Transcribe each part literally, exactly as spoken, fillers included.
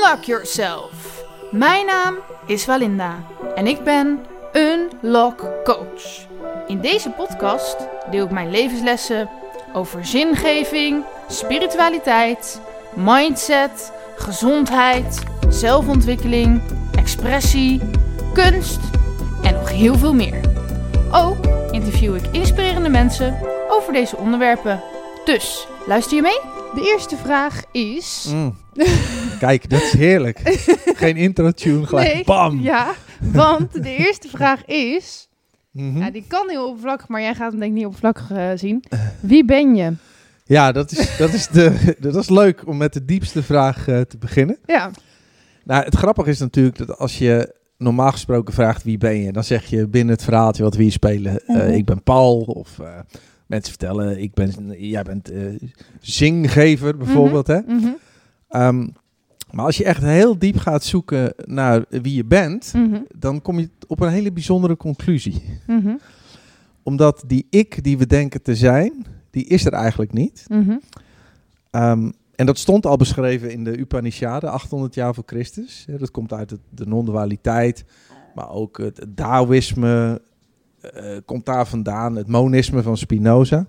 Unlock Yourself. Mijn naam is Walinda en ik ben Unlock Coach. In deze podcast deel ik mijn levenslessen over zingeving, spiritualiteit, mindset, gezondheid, zelfontwikkeling, expressie, kunst en nog heel veel meer. Ook interview ik inspirerende mensen over deze onderwerpen. Dus, luister je mee? De eerste vraag is... Mm. Kijk, dat is heerlijk. Geen intro-tune, gelijk nee, bam! Ja, want de eerste vraag is... Mm-hmm. Ja, die kan heel oppervlakkig, maar jij gaat hem denk ik niet oppervlakkig uh, zien. Wie ben je? Ja, dat is, dat, is de, dat is leuk om met de diepste vraag uh, te beginnen. Ja. Nou, het grappige is natuurlijk dat als je normaal gesproken vraagt wie ben je, dan zeg je binnen het verhaaltje wat we hier spelen, uh, mm-hmm. ik ben Paul, of uh, mensen vertellen, ik ben, jij bent uh, zinggever bijvoorbeeld. Mm-hmm. Hè? Mm-hmm. Um, maar als je echt heel diep gaat zoeken naar wie je bent, mm-hmm. dan kom je op een hele bijzondere conclusie. Mm-hmm. Omdat die ik die we denken te zijn, die is er eigenlijk niet. Mm-hmm. Um, en dat stond al beschreven in de Upanishaden, achthonderd jaar voor Christus. Ja, dat komt uit het, de non-dualiteit, maar ook het, het Taoïsme uh, komt daar vandaan, het monisme van Spinoza.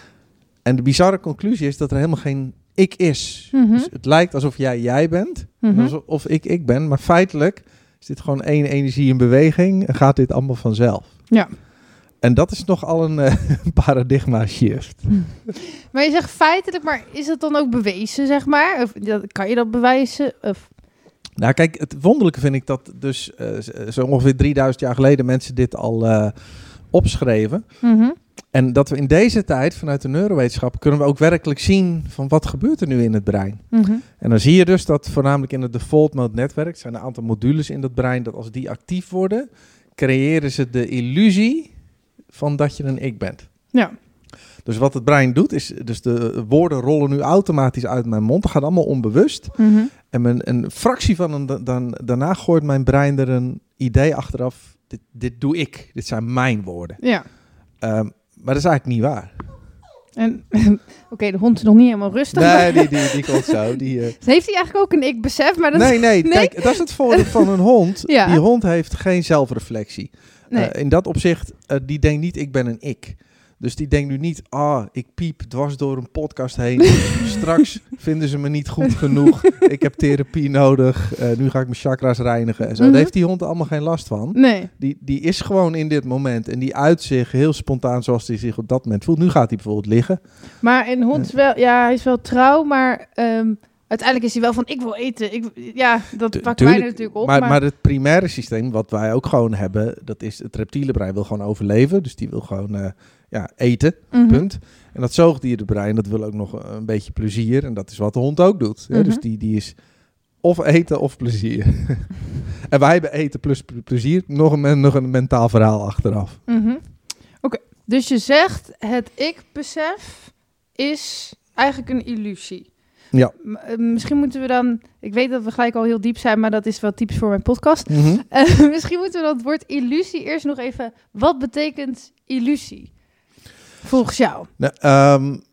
En de bizarre conclusie is dat er helemaal geen ik is. Mm-hmm. Dus het lijkt alsof jij jij bent, mm-hmm. alsof ik ik ben, maar feitelijk is dit gewoon één energie in beweging en gaat dit allemaal vanzelf. Ja. En dat is nogal een uh, paradigma shift. Maar je zegt feitelijk, maar is het dan ook bewezen, zeg maar? Of kan je dat bewijzen? Of... Nou kijk, het wonderlijke vind ik dat dus uh, zo ongeveer drieduizend jaar geleden mensen dit al uh, opschreven. Mm-hmm. En dat we in deze tijd vanuit de neurowetenschap kunnen we ook werkelijk zien van wat gebeurt er nu in het brein. Mm-hmm. En dan zie je dus dat voornamelijk in het default mode netwerk zijn een aantal modules in dat brein dat als die actief worden, creëren ze de illusie van dat je een ik bent. Ja. Dus wat het brein doet is, dus de woorden rollen nu automatisch uit mijn mond. Dat gaat allemaal onbewust. Mm-hmm. En mijn, een fractie van een, dan, daarna gooit mijn brein er een idee achteraf. Dit, dit doe ik. Dit zijn mijn woorden. Ja. Um, maar dat is eigenlijk niet waar. En Oké, okay, de hond is nog niet helemaal rustig. Nee, die, die, die komt zo. Die, uh... Heeft hij eigenlijk ook een ik-besef? Maar dat... nee, nee, nee, kijk, dat is het voordeel van een hond. Ja. Die hond heeft geen zelfreflectie. Nee. Uh, in dat opzicht, uh, die denkt niet, ik ben een ik. Dus die denkt nu niet, ah, ik piep dwars door een podcast heen. Straks vinden ze me niet goed genoeg. Ik heb therapie nodig. Uh, nu ga ik mijn chakra's reinigen en zo. Mm-hmm. Daar heeft die hond allemaal geen last van. Nee. Die, die is gewoon in dit moment. En die uit zich heel spontaan zoals hij zich op dat moment voelt. Nu gaat hij bijvoorbeeld liggen. Maar een hond is wel, ja, hij is wel trouw, maar... Um... Uiteindelijk is hij wel van, ik wil eten. Ik, ja, dat pakken wij er natuurlijk op. Maar, maar... maar het primaire systeem, wat wij ook gewoon hebben, dat is het reptiele brein wil gewoon overleven. Dus die wil gewoon uh, ja, eten, mm-hmm. punt. En dat zoogdierenbrein, dat wil ook nog een beetje plezier. En dat is wat de hond ook doet. Mm-hmm. Hè? Dus die, die is of eten of plezier. En wij hebben eten plus plezier, nog een, nog een mentaal verhaal achteraf. Mm-hmm. Oké, okay. Dus je zegt, het ik-besef is eigenlijk een illusie. Ja. M- misschien moeten we dan... Ik weet dat we gelijk al heel diep zijn, maar dat is wel typisch voor mijn podcast. Mm-hmm. Uh, misschien moeten we dat woord illusie eerst nog even... Wat betekent illusie? Volgens jou. Nou, um,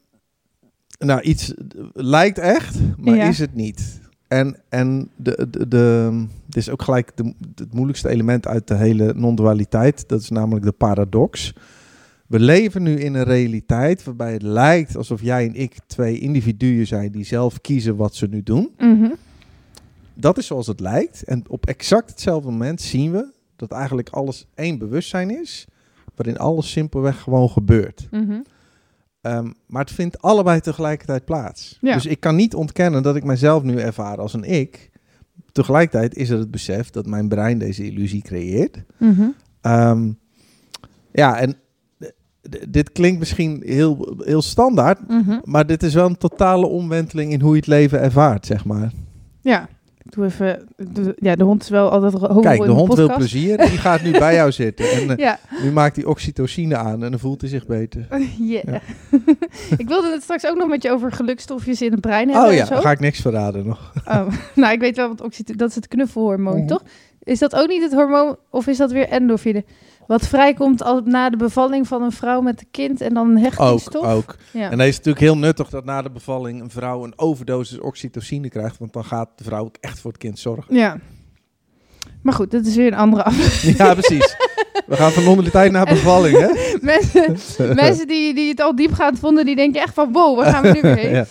nou iets lijkt echt, maar ja. is het niet. En, en de, de, de, dit is ook gelijk de, het moeilijkste element uit de hele non-dualiteit. Dat is namelijk de paradox. We leven nu in een realiteit waarbij het lijkt alsof jij en ik twee individuen zijn die zelf kiezen wat ze nu doen. Mm-hmm. Dat is zoals het lijkt. En op exact hetzelfde moment zien we dat eigenlijk alles één bewustzijn is, waarin alles simpelweg gewoon gebeurt. Mm-hmm. Um, maar het vindt allebei tegelijkertijd plaats. Ja. Dus ik kan niet ontkennen dat ik mijzelf nu ervaar als een ik. Tegelijkertijd is er het besef dat mijn brein deze illusie creëert. Mm-hmm. Um, ja, en D- dit klinkt misschien heel, heel standaard, mm-hmm. maar dit is wel een totale omwenteling in hoe je het leven ervaart, zeg maar. Ja, ik doe even, de, ja, de hond is wel altijd hoog. Kijk, de, de hond podcast. wil plezier en die gaat nu bij jou zitten. En uh, ja. nu maakt hij oxytocine aan en dan voelt hij zich beter. Yeah. Ja. Ik wilde het straks ook nog met je over gelukstofjes in het brein hebben. Oh ja, en zo. Dan ga ik niks verraden nog. Oh, nou, ik weet wel wat oxytocine, dat is het knuffelhormoon, mm-hmm. toch? Is dat ook niet het hormoon, of is dat weer endorfine? Wat vrijkomt als, na de bevalling van een vrouw met een kind en dan een hechtingsstof? Ook, ook. Ja. En dat is natuurlijk heel nuttig dat na de bevalling een vrouw een overdosis oxytocine krijgt. Want dan gaat de vrouw ook echt voor het kind zorgen. Ja. Maar goed, dat is weer een andere aflevering. Ja, precies. We gaan van non-dualiteit naar bevalling, hè? mensen mensen die, die het al diepgaand vonden, die denken echt van... wow, waar gaan we nu weer heen?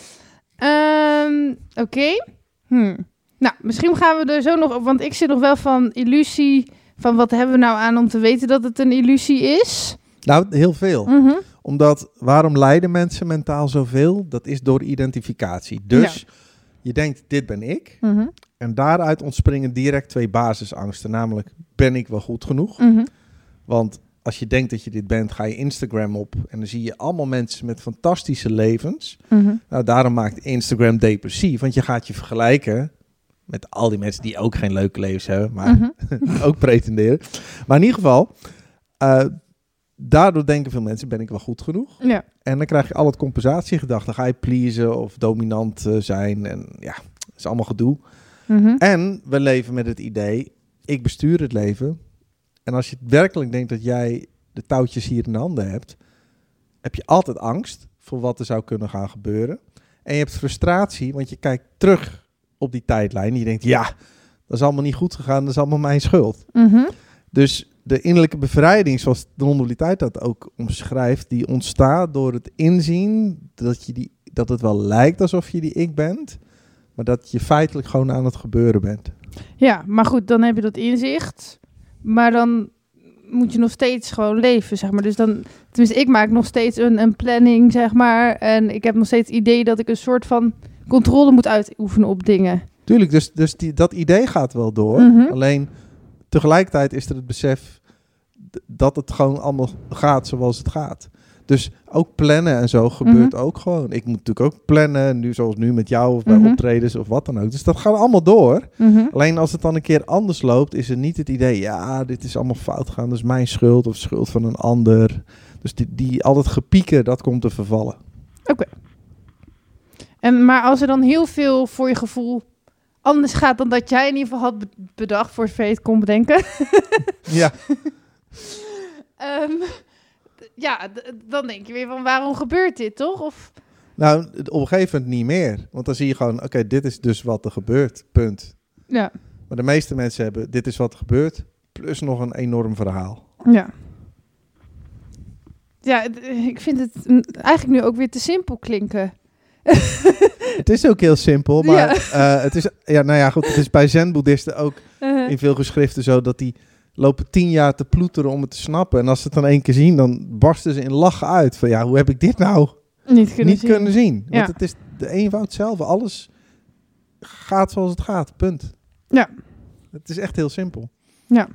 Ja. Um, Oké. Okay. Hmm. Nou, misschien gaan we er zo nog op... want ik zit nog wel van illusie... van wat hebben we nou aan om te weten dat het een illusie is? Nou, heel veel. Mm-hmm. Omdat, waarom lijden mensen mentaal zoveel? Dat is door identificatie. Dus ja. je denkt, dit ben ik. Mm-hmm. En daaruit ontspringen direct twee basisangsten. Namelijk, ben ik wel goed genoeg? Mm-hmm. Want als je denkt dat je dit bent, ga je Instagram op. En dan zie je allemaal mensen met fantastische levens. Mm-hmm. Nou, daarom maakt Instagram depressief. Want je gaat je vergelijken met al die mensen die ook geen leuke levens hebben. Maar mm-hmm. ook pretenderen. Maar in ieder geval, uh, daardoor denken veel mensen, ben ik wel goed genoeg? Ja. En dan krijg je al het compensatiegedacht. Dan ga je pleasen of dominant uh, zijn. En ja, dat is allemaal gedoe. Mm-hmm. En we leven met het idee, ik bestuur het leven. En als je werkelijk denkt dat jij de touwtjes hier in de handen hebt, heb je altijd angst voor wat er zou kunnen gaan gebeuren. En je hebt frustratie, want je kijkt terug op die tijdlijn. En je denkt, ja, dat is allemaal niet goed gegaan. Dat is allemaal mijn schuld. Mm-hmm. Dus de innerlijke bevrijding, zoals de non-dualiteit dat ook omschrijft, die ontstaat door het inzien dat, je die, dat het wel lijkt alsof je die ik bent, maar dat je feitelijk gewoon aan het gebeuren bent. Ja, maar goed, dan heb je dat inzicht. Maar dan moet je nog steeds gewoon leven, zeg maar. Dus dan, tenminste, ik maak nog steeds een, een planning, zeg maar. En ik heb nog steeds het idee dat ik een soort van controle moet uitoefenen op dingen. Tuurlijk, dus, dus die, dat idee gaat wel door. Mm-hmm. Alleen tegelijkertijd is er het besef d- dat het gewoon allemaal gaat zoals het gaat. Dus ook plannen en zo gebeurt mm-hmm. ook gewoon. Ik moet natuurlijk ook plannen, nu zoals nu met jou of bij mm-hmm. optredens of wat dan ook. Dus dat gaat allemaal door. Mm-hmm. Alleen als het dan een keer anders loopt, is er niet het idee, ja, dit is allemaal fout gegaan, dat is mijn schuld of schuld van een ander. Dus die, die altijd gepieken, dat komt te vervallen. Oké. Okay. En maar als er dan heel veel voor je gevoel anders gaat dan dat jij in ieder geval had bedacht, voor zover je het kon bedenken. Ja. um, Ja, d- dan denk je weer van, waarom gebeurt dit, toch? Of... Nou, op een gegeven moment niet meer. Want dan zie je gewoon, oké, okay, dit is dus wat er gebeurt, punt. Ja. Maar de meeste mensen hebben, dit is wat er gebeurt, plus nog een enorm verhaal. Ja. Ja, d- ik vind het eigenlijk nu ook weer te simpel klinken. Het is ook heel simpel, maar ja. uh, het is, ja, nou ja, goed, het is bij zen-boeddhisten ook uh-huh. in veel geschriften zo dat die lopen tien jaar te ploeteren om het te snappen. En als ze het dan één keer zien, dan barsten ze in lachen uit. Van ja, hoe heb ik dit nou niet kunnen niet zien? Kunnen zien? Ja. Want het is de eenvoud zelf. Alles gaat zoals het gaat, punt. Ja. Het is echt heel simpel. Ja.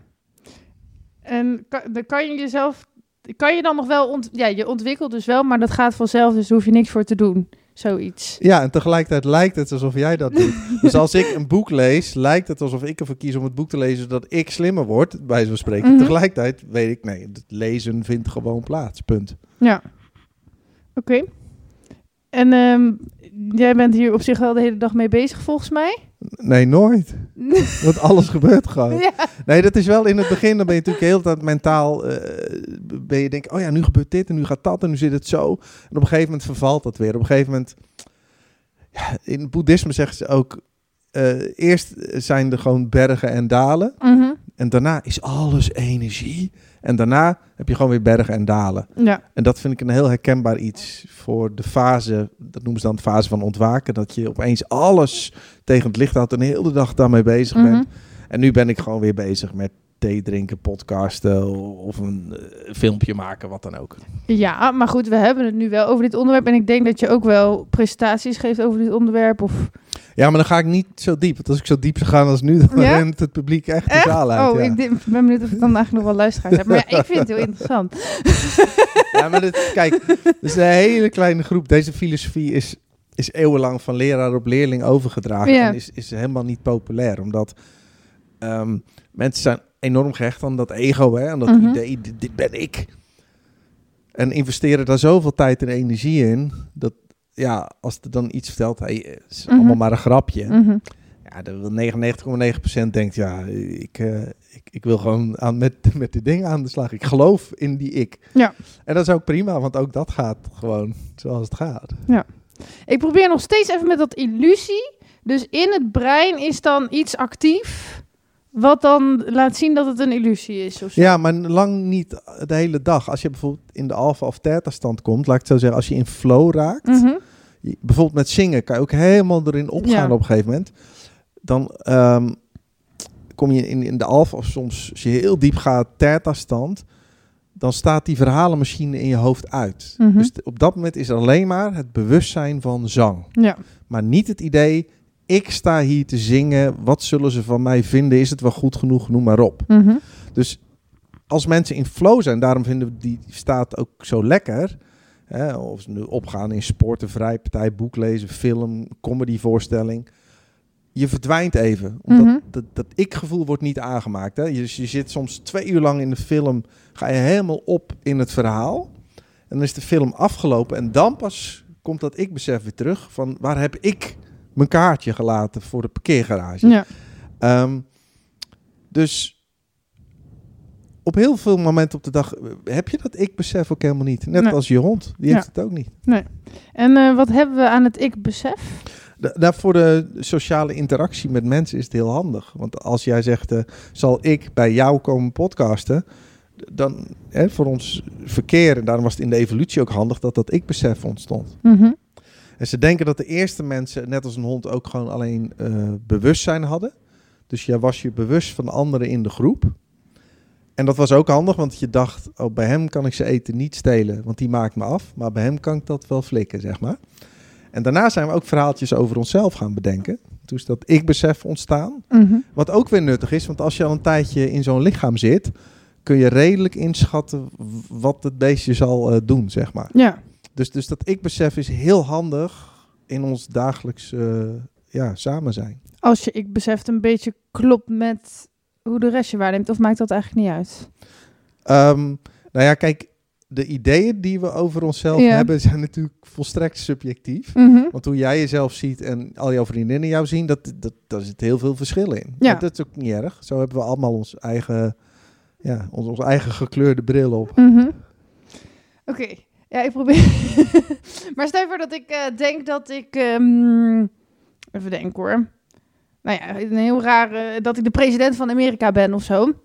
En kan, dan kan je jezelf... Kan je dan nog wel... Ont, ja, je ontwikkelt dus wel, maar dat gaat vanzelf, dus daar hoef je niks voor te doen. Zoiets. Ja, en tegelijkertijd lijkt het alsof jij dat doet. Dus als ik een boek lees, lijkt het alsof ik ervoor kies om het boek te lezen zodat ik slimmer word, bij zo'n spreken. Mm-hmm. Tegelijkertijd weet ik, nee, het lezen vindt gewoon plaats, punt. Ja. Oké. Okay. En um, jij bent hier op zich wel de hele dag mee bezig, volgens mij? Nee, nooit. Want alles gebeurt gewoon. Ja. Nee, dat is wel in het begin, dan ben je natuurlijk heel de tijd mentaal, uh, ben je denk, oh ja, nu gebeurt dit en nu gaat dat en nu zit het zo. En op een gegeven moment vervalt dat weer. Op een gegeven moment, ja, in het boeddhisme zeggen ze ook, uh, eerst zijn er gewoon bergen en dalen. Mm-hmm. En daarna is alles energie. En daarna heb je gewoon weer bergen en dalen. Ja. En dat vind ik een heel herkenbaar iets voor de fase, dat noemen ze dan de fase van ontwaken, dat je opeens alles tegen het licht houdt en de hele dag daarmee bezig mm-hmm. bent. En nu ben ik gewoon weer bezig met thee drinken, podcasten of een uh, filmpje maken, wat dan ook. Ja, maar goed, we hebben het nu wel over dit onderwerp en ik denk dat je ook wel presentaties geeft over dit onderwerp. Of... Ja, maar dan ga ik niet zo diep. Want als ik zo diep zou gaan als nu, dan ja? rent het publiek echt, echt? de zaal uit. Oh, ja. ik ben benieuwd of ik dan eigenlijk nog wel luisteraars heb. Maar ja, ik vind het heel interessant. Ja, maar dit, kijk, dus een hele kleine groep. Deze filosofie is, is eeuwenlang van leraar op leerling overgedragen. Ja. En is, is helemaal niet populair. Omdat um, mensen zijn enorm gehecht aan dat ego, hè, aan dat mm-hmm. idee, dit, dit ben ik. En investeren daar zoveel tijd en energie in, dat ja, als er dan iets vertelt, hey, het is mm-hmm. allemaal maar een grapje. Mm-hmm. Ja, Ja, de negenennegentig komma negen procent denkt, ja, ik, uh, ik, ik wil gewoon aan met, met dit ding aan de slag. Ik geloof in die ik. Ja. En dat is ook prima, want ook dat gaat gewoon zoals het gaat. Ja. Ik probeer nog steeds even met dat illusie. Dus in het brein is dan iets actief, wat dan laat zien dat het een illusie is. Of zo. Ja, maar lang niet de hele dag. Als je bijvoorbeeld in de alpha of theta stand komt, laat ik het zo zeggen, als je in flow raakt, Mm-hmm. je, bijvoorbeeld met zingen, kan je ook helemaal erin opgaan Ja. op een gegeven moment. Dan um, kom je in, in de alpha of soms, als je heel diep gaat, theta stand, dan staat die verhalenmachine in je hoofd uit. Mm-hmm. Dus t- op dat moment is er alleen maar het bewustzijn van zang. Ja. Maar niet het idee, ik sta hier te zingen, wat zullen ze van mij vinden? Is het wel goed genoeg? Noem maar op. Mm-hmm. Dus als mensen in flow zijn, daarom vinden we die staat ook zo lekker. Hè, of ze nu opgaan in sport, een vrijpartij, boek lezen, film, comedyvoorstelling. Je verdwijnt even. Omdat Mm-hmm. dat, dat ik-gevoel wordt niet aangemaakt. Hè. Je, je zit soms twee uur lang in de film, ga je helemaal op in het verhaal. En dan is de film afgelopen en dan pas komt dat ik-besef weer terug. Van waar heb ik mijn kaartje gelaten voor de parkeergarage? Ja. Um, dus op heel veel momenten op de dag heb je dat ik-besef ook helemaal niet. Net Nee. als je hond, die heeft Ja. het ook niet. En uh, wat hebben we aan het ik-besef? Da- daar voor de sociale interactie met mensen is het heel handig. Want als jij zegt, uh, zal ik bij jou komen podcasten, dan hè, voor ons verkeer, en daarom was het in de evolutie ook handig dat dat ik-besef ontstond. Mm-hmm. En ze denken dat de eerste mensen, net als een hond, ook gewoon alleen uh, bewustzijn hadden. Dus jij was je bewust van de anderen in de groep. En dat was ook handig, want je dacht, oh, bij hem kan ik zijn eten niet stelen, want die maakt me af. Maar bij hem kan ik dat wel flikken, zeg maar. En daarna zijn we ook verhaaltjes over onszelf gaan bedenken. Toen is dat ik-besef ontstaan. Mm-hmm. Wat ook weer nuttig is, want als je al een tijdje in zo'n lichaam zit, kun je redelijk inschatten wat het beestje zal uh, doen, zeg maar. Ja. Dus, dus dat ik-besef is heel handig in ons dagelijks uh, ja, samen zijn. Als je ik-besef een beetje klopt met hoe de rest je waarneemt, of maakt dat eigenlijk niet uit? Um, nou ja, kijk, de ideeën die we over onszelf Ja. hebben zijn natuurlijk volstrekt subjectief. Mm-hmm. Want hoe jij jezelf ziet en al jouw vriendinnen jou zien, dat, dat, daar zit heel veel verschil in. Ja. Maar dat is ook niet erg. Zo hebben we allemaal ons eigen, ja, ons, ons eigen gekleurde bril op. Mm-hmm. Oké. Okay. Ja, ik probeer... maar stel je voor dat ik uh, denk dat ik... Um... Even denken hoor. Nou ja, een heel raar... Uh, dat ik de president van Amerika ben of zo.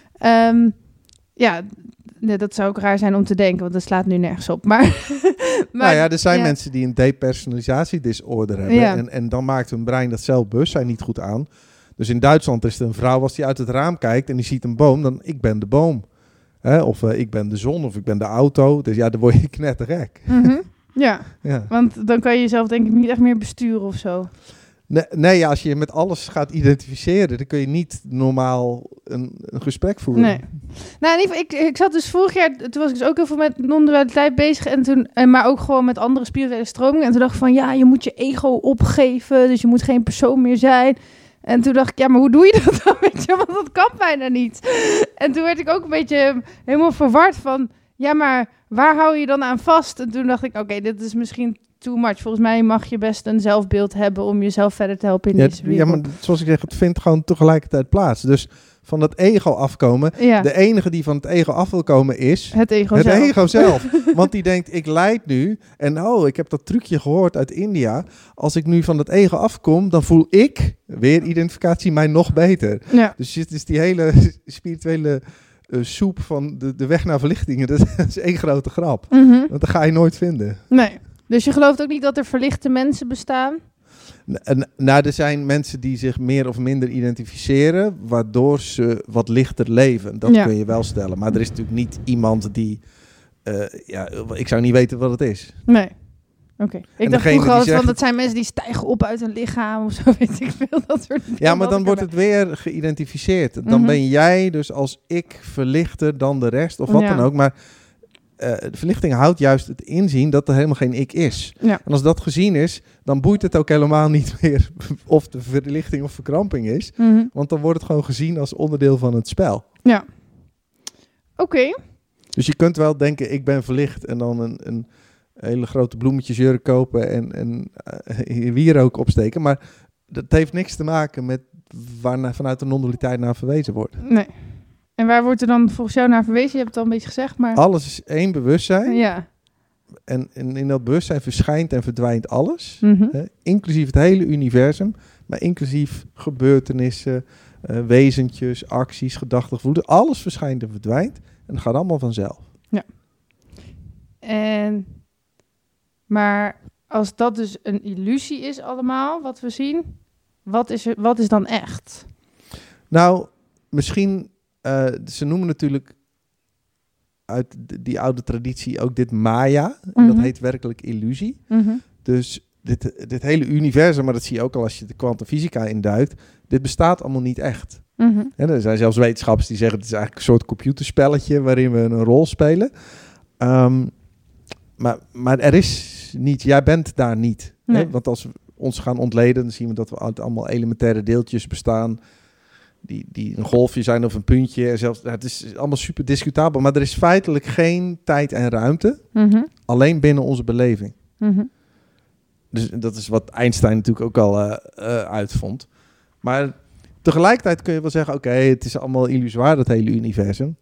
Um, ja, nee, dat zou ook raar zijn om te denken, want dat slaat nu nergens op. Maar, maar nou ja, er zijn ja. mensen die een depersonalisatiedisorder hebben. Ja. En, en dan maakt hun brein dat zelfbewustzijn niet goed aan. Dus in Duitsland is er een vrouw, als die uit het raam kijkt en die ziet een boom, dan ik ben de boom. Hè? Of uh, ik ben de zon, of ik ben de auto. Dus ja, dan word je knettergek. Mm-hmm. Ja, ja, want dan kan je jezelf denk ik niet echt meer besturen of zo. Nee, nee ja, als je met alles gaat identificeren, dan kun je niet normaal een, een gesprek voeren. Nee. Nou, in ieder geval, ik, ik zat dus vorig jaar, toen was ik dus ook heel veel met non-dualiteit bezig, en toen, en maar ook gewoon met andere spirituele stromingen. En toen dacht ik van, ja, je moet je ego opgeven, dus je moet geen persoon meer zijn. En toen dacht ik, ja, maar hoe doe je dat dan? Weet je, want dat kan bijna niet. En toen werd ik ook een beetje helemaal verward van, ja, maar waar hou je dan aan vast? En toen dacht ik, oké, okay, dit is misschien too much. Volgens mij mag je best een zelfbeeld hebben om jezelf verder te helpen in ja, deze wereld. Ja, maar zoals ik zeg, het vindt gewoon tegelijkertijd plaats. Dus van dat ego afkomen, Ja. de enige die van het ego af wil komen is Het ego het zelf. ego zelf. Want die denkt, ik leid nu. En oh, ik heb dat trucje gehoord uit India. Als ik nu van dat ego afkom, dan voel ik, weer identificatie, mij nog beter. Ja. Dus het is die hele spirituele uh, soep van de, de weg naar verlichtingen. Dat is één grote grap. Mm-hmm. Want dat ga je nooit vinden. Nee. Dus je gelooft ook niet dat er verlichte mensen bestaan? N- nou, er zijn mensen die zich meer of minder identificeren, waardoor ze wat lichter leven. Dat Ja. kun je wel stellen. Maar er is natuurlijk niet iemand die... Uh, ja, ik zou niet weten wat het is. Nee. Oké. Okay. Ik dacht vroeger die al zegt, van, dat zijn mensen die stijgen op uit een lichaam of zo, weet ik veel. Dat soort ja, maar dan wordt het weer geïdentificeerd. Dan mm-hmm. ben jij dus als ik verlichter dan de rest, of wat ja. dan ook. Maar uh, de verlichting houdt juist het inzien dat er helemaal geen ik is. Ja. En als dat gezien is, dan boeit het ook helemaal niet meer of de verlichting of verkramping is. Mm-hmm. Want dan wordt het gewoon gezien als onderdeel van het spel. Ja. Oké. Okay. Dus je kunt wel denken, ik ben verlicht en dan een, een hele grote bloemetjesjurk kopen en, en uh, wierook opsteken. Maar dat heeft niks te maken met waar vanuit de non-dualiteit naar verwezen wordt. Nee. En waar wordt er dan volgens jou naar verwezen? Je hebt het al een beetje gezegd, maar... Alles is één bewustzijn. Ja. En, en in dat bewustzijn verschijnt en verdwijnt alles. Mm-hmm. Hè, inclusief het hele universum. Maar inclusief gebeurtenissen, uh, wezentjes, acties, gedachten, gevoelens. Alles verschijnt en verdwijnt. En dat gaat allemaal vanzelf. Ja. En... Maar als dat dus een illusie is allemaal, wat we zien... Wat is, er, wat is dan echt? Nou, misschien... Uh, ze noemen natuurlijk uit die oude traditie ook dit Maya. En Mm-hmm. dat heet werkelijk illusie. Mm-hmm. Dus dit, dit hele universum, maar dat zie je ook al als je de kwantumfysica induikt. Dit bestaat allemaal niet echt. Mm-hmm. En er zijn zelfs wetenschappers die zeggen het is eigenlijk een soort computerspelletje waarin we een rol spelen. Um, maar, maar er is niet, jij bent daar niet. Nee. Hè? Want als we ons gaan ontleden, dan zien we dat we uit allemaal elementaire deeltjes bestaan. Die, die een golfje zijn of een puntje. En zelfs, het is allemaal super discutabel. Maar er is feitelijk geen tijd en ruimte. Mm-hmm. Alleen binnen onze beleving. Mm-hmm. Dus dat is wat Einstein natuurlijk ook al uh, uh, uitvond. Maar tegelijkertijd kun je wel zeggen... oké, okay, het is allemaal illusoir, dat hele universum.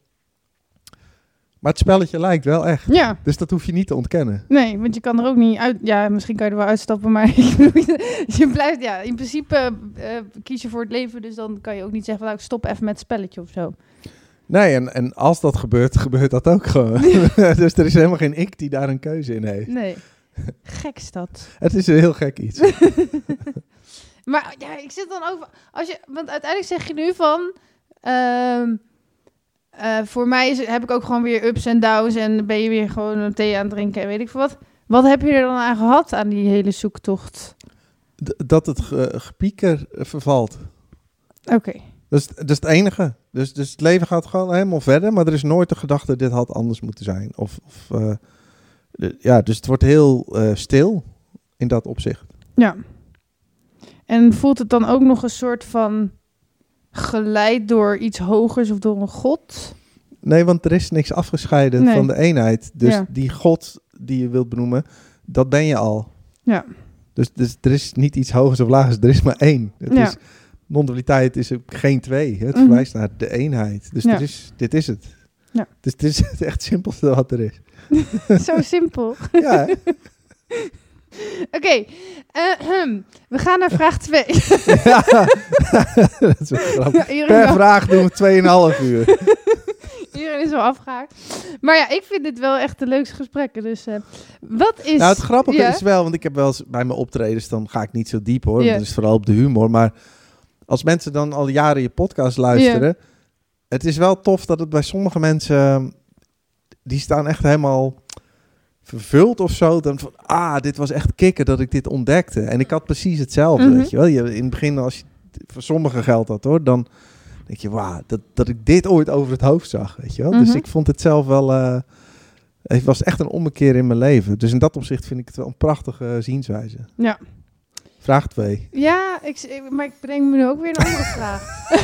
Maar het spelletje lijkt wel echt. Ja. Dus dat hoef je niet te ontkennen. Nee, want je kan er ook niet uit... Ja, misschien kan je er wel uitstappen, maar je blijft... Ja, in principe uh, kies je voor het leven, dus dan kan je ook niet zeggen... Nou, ik stop even met het spelletje of zo. Nee, en, en als dat gebeurt, gebeurt dat ook gewoon. Dus er is helemaal geen ik die daar een keuze in heeft. Nee. Gek is dat. Het is een heel gek iets. Maar ja, ik zit dan ook... Als je, want uiteindelijk zeg je nu van... Uh, uh, voor mij is, heb ik ook gewoon weer ups en downs... en ben je weer gewoon een thee aan het drinken en weet ik veel wat. Wat heb je er dan aan gehad aan die hele zoektocht? D- dat het ge- gepieker vervalt. Oké. Okay. Dat is, dat is het enige. Dus, dus het leven gaat gewoon helemaal verder... maar er is nooit de gedachte, dit had anders moeten zijn. Of... of uh, de, ja, dus het wordt heel uh, stil in dat opzicht. Ja. En voelt het dan ook nog een soort van geleid door iets hogers of door een god? Nee, want er is niks afgescheiden nee. van de eenheid. Dus ja. die god die je wilt benoemen, dat ben je al. Ja. Dus, dus er is niet iets hogers of lagers, er is maar één. Het ja. is, non-dualiteit is ook geen twee. Het mm-hmm. verwijst naar de eenheid. Dus ja. er is, dit is het. Ja. Dus dit is het echt simpelste wat er is. Zo simpel. Ja, hè? Oké, okay. uh, we gaan naar vraag twee. Ja, dat is wel grappig. Ja, per wel... vraag doen we tweeënhalf uur. Iedereen is wel afgehaakt. Maar ja, ik vind dit wel echt de leukste gesprekken. Dus uh, wat is... Nou, het grappige ja? is wel, want ik heb wel eens bij mijn optredens, dan ga ik niet zo diep hoor. Ja. Dat is vooral op de humor. Maar als mensen dan al jaren je podcast luisteren, ja. Het is wel tof dat het bij sommige mensen, die staan echt helemaal vervuld of zo. Dan van, ah, dit was echt kicken dat ik dit ontdekte. En ik had precies hetzelfde, mm-hmm. weet je wel. Je, in het begin, als je, voor sommigen geldt dat hoor, dan denk je, wauw, dat, dat ik dit ooit over het hoofd zag, weet je wel. Mm-hmm. Dus ik vond het zelf wel, uh, het was echt een ommekeer in mijn leven. Dus in dat opzicht vind ik het wel een prachtige zienswijze. Ja. Vraag twee. Ja, ik, maar ik breng me nu ook weer een andere vraag.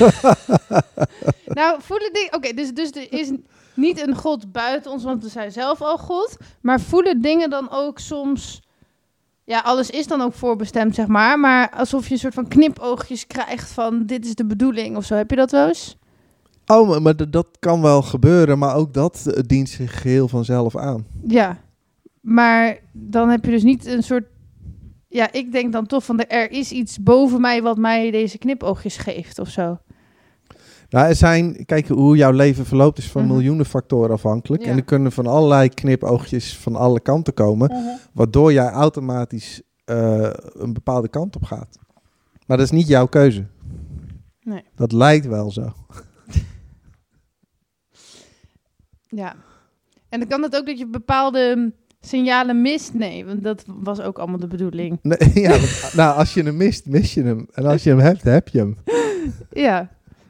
Nou, voelen dingen... Oké, okay, dus, dus er is niet een god buiten ons, want we zijn zelf al god. Maar voelen dingen dan ook soms... Ja, alles is dan ook voorbestemd, zeg maar. Maar alsof je een soort van knipoogjes krijgt van... dit is de bedoeling of zo. Heb je dat wel eens? Oh, maar, maar d- dat kan wel gebeuren. Maar ook dat uh, dient zich geheel vanzelf aan. Ja, maar dan heb je dus niet een soort... Ja, ik denk dan toch van... De, er is iets boven mij wat mij deze knipoogjes geeft of zo. Nou, er zijn... Kijk, hoe jouw leven verloopt is van Mm-hmm. miljoenen factoren afhankelijk. Ja. En er kunnen van allerlei knipoogjes van alle kanten komen. Mm-hmm. Waardoor jij automatisch uh, een bepaalde kant op gaat. Maar dat is niet jouw keuze. Nee. Dat lijkt wel zo. Ja. En dan kan het ook dat je bepaalde signalen mist? Nee, want dat was ook allemaal de bedoeling. Nee, ja, want, nou, als je hem mist, mis je hem. En als je hem hebt, heb je hem. Ja.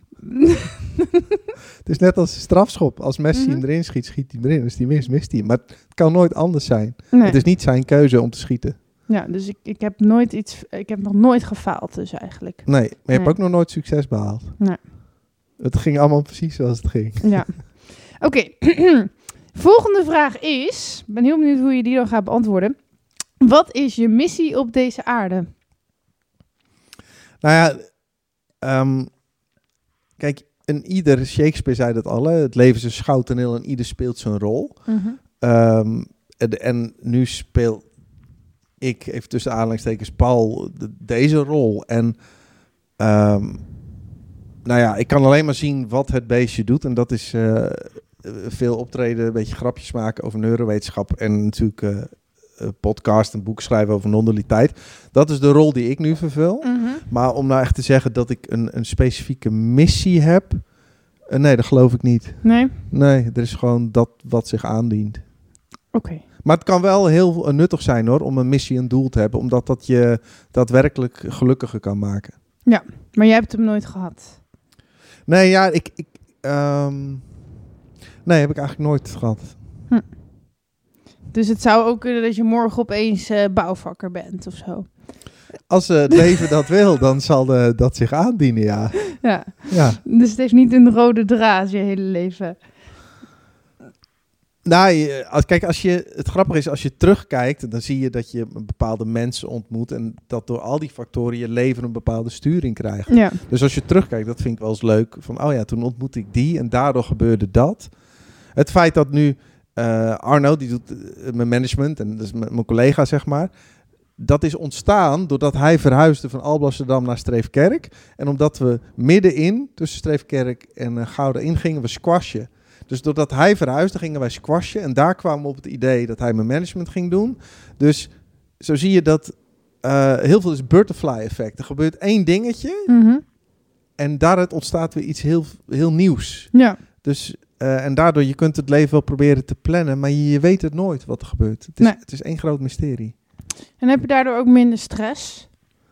Het is net als een strafschop. Als Messi Mm-hmm. hem erin schiet, schiet hij erin. Als hij mist, mist hij hem. Maar het kan nooit anders zijn. Nee. Het is niet zijn keuze om te schieten. Ja, dus ik, ik heb nooit iets... Ik heb nog nooit gefaald dus eigenlijk. Nee, maar je Nee. hebt ook nog nooit succes behaald. Nee. Het ging allemaal precies zoals het ging. Ja. Oké. Okay. Volgende vraag is... Ik ben heel benieuwd hoe je die dan gaat beantwoorden. Wat is je missie op deze aarde? Nou ja, um, kijk, en ieder, Shakespeare zei dat al, hè, het leven is een schouwtoneel en ieder speelt zijn rol. Mm-hmm. Um, en, en nu speel ik, even tussen aanhalingstekens, Paul, de, deze rol. En um, nou ja, ik kan alleen maar zien wat het beestje doet. En dat is uh, veel optreden, een beetje grapjes maken over neurowetenschap. En natuurlijk uh, uh, podcast en boek schrijven over non-dualiteit. Dat is de rol die ik nu vervul. Mm-hmm. Maar om nou echt te zeggen dat ik een, een specifieke missie heb, uh, nee, dat geloof ik niet. Nee? Nee, er is gewoon dat wat zich aandient. Oké. Okay. Maar het kan wel heel uh, nuttig zijn hoor, om een missie en doel te hebben. Omdat dat je daadwerkelijk gelukkiger kan maken. Ja, maar jij hebt hem nooit gehad. Nee, ja, ik... ik um, nee, heb ik eigenlijk nooit gehad. Hm. Dus het zou ook kunnen dat je morgen opeens uh, bouwvakker bent of zo. Als uh, het leven dat wil, dan zal de, dat zich aandienen, ja. ja. ja. Dus het heeft niet een rode draad je hele leven. Nou, als, kijk, als je, het grappige is, als je terugkijkt, dan zie je dat je bepaalde mensen ontmoet en dat door al die factoren je leven een bepaalde sturing krijgt. Ja. Dus als je terugkijkt, dat vind ik wel eens leuk, van oh ja, toen ontmoette ik die en daardoor gebeurde dat. Het feit dat nu uh, Arno, die doet uh, mijn management en dat is m- mijn collega, zeg maar, dat is ontstaan doordat hij verhuisde van Alblasserdam naar Streefkerk. En omdat we middenin, tussen Streefkerk en uh, Gouda in, gingen we squashen. Dus doordat hij verhuisde, gingen wij squashen. En daar kwamen we op het idee dat hij mijn management ging doen. Dus zo zie je dat uh, heel veel is butterfly effect. Er gebeurt één dingetje. Mm-hmm. En daaruit ontstaat weer iets heel, heel nieuws. Ja. Dus, uh, en daardoor, je kunt het leven wel proberen te plannen. Maar je, je weet het nooit wat er gebeurt. Het is, nee. het is één groot mysterie. En heb je daardoor ook minder stress?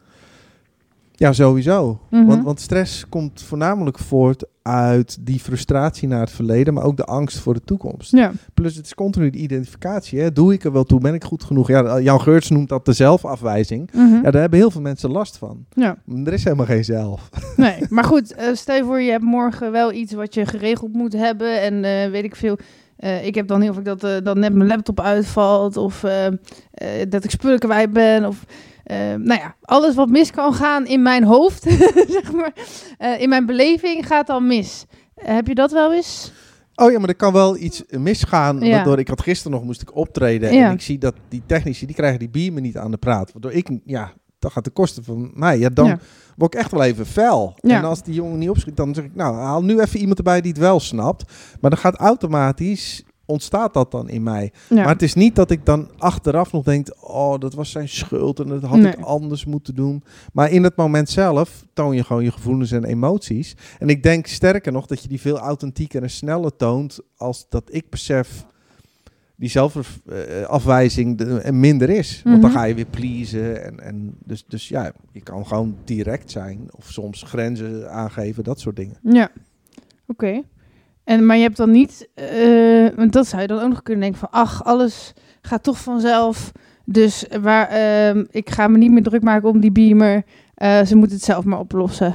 Ja, sowieso. Mm-hmm. Want, want stress komt voornamelijk voort uit die frustratie naar het verleden, maar ook de angst voor de toekomst. Ja. Plus het is continu de identificatie. Hè? Doe ik er wel toe? Ben ik goed genoeg? Ja, Jan Geurts noemt dat de zelfafwijzing. Mm-hmm. Ja, daar hebben heel veel mensen last van. Ja. Er is helemaal geen zelf. Nee, maar goed, uh, stel je voor je hebt morgen wel iets wat je geregeld moet hebben en uh, weet ik veel. Uh, ik heb dan heel vaak dat, uh, dat net mijn laptop uitvalt of uh, uh, dat ik spullen kwijt ben of... Uh, nou ja, alles wat mis kan gaan in mijn hoofd, zeg maar, uh, in mijn beleving gaat dan mis. Uh, heb je dat wel eens? Oh ja, maar er kan wel iets misgaan. Ja. Waardoor ik had gisteren nog moest ik optreden Ja. en ik zie dat die technici die krijgen die beamer niet aan de praat. Waardoor ik, ja, dat gaat de kosten van mij. Ja, dan Ja. word ik echt wel even fel. Ja. En als die jongen niet opschiet, dan zeg ik, nou, haal nu even iemand erbij die het wel snapt. Maar dan gaat automatisch, ontstaat dat dan in mij. Ja. Maar het is niet dat ik dan achteraf nog denk, oh, dat was zijn schuld en dat had Nee. ik anders moeten doen. Maar in het moment zelf toon je gewoon je gevoelens en emoties. En ik denk sterker nog dat je die veel authentieker en sneller toont als dat ik besef die zelfafwijzing uh, minder is. Want dan Mhm. ga je weer pleasen. En, en dus, dus ja, je kan gewoon direct zijn of soms grenzen aangeven, dat soort dingen. Ja, oké. Okay. En maar je hebt dan niet, uh, want dat zou je dan ook nog kunnen denken van, ach, alles gaat toch vanzelf. Dus waar, uh, ik ga me niet meer druk maken om die beamer. Uh, ze moeten het zelf maar oplossen.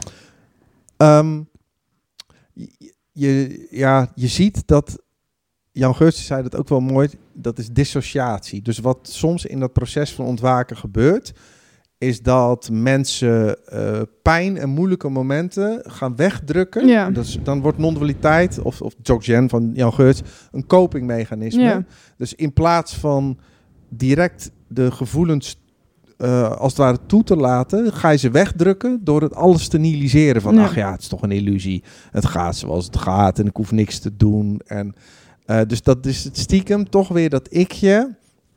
Um, je, je, ja, je ziet dat, Jan Geurts zei dat ook wel mooi, dat is dissociatie. Dus wat soms in dat proces van ontwaken gebeurt, is dat mensen uh, pijn en moeilijke momenten gaan wegdrukken. Ja. Dat is, dan wordt non-dualiteit, of, of Dzogchen van Jan Geurts, een copingmechanisme. Ja. Dus in plaats van direct de gevoelens uh, als het ware toe te laten, ga je ze wegdrukken door het alles te nihiliseren. Van, Ja. ach ja, het is toch een illusie. Het gaat zoals het gaat en ik hoef niks te doen. En, uh, dus dat is het stiekem toch weer dat ikje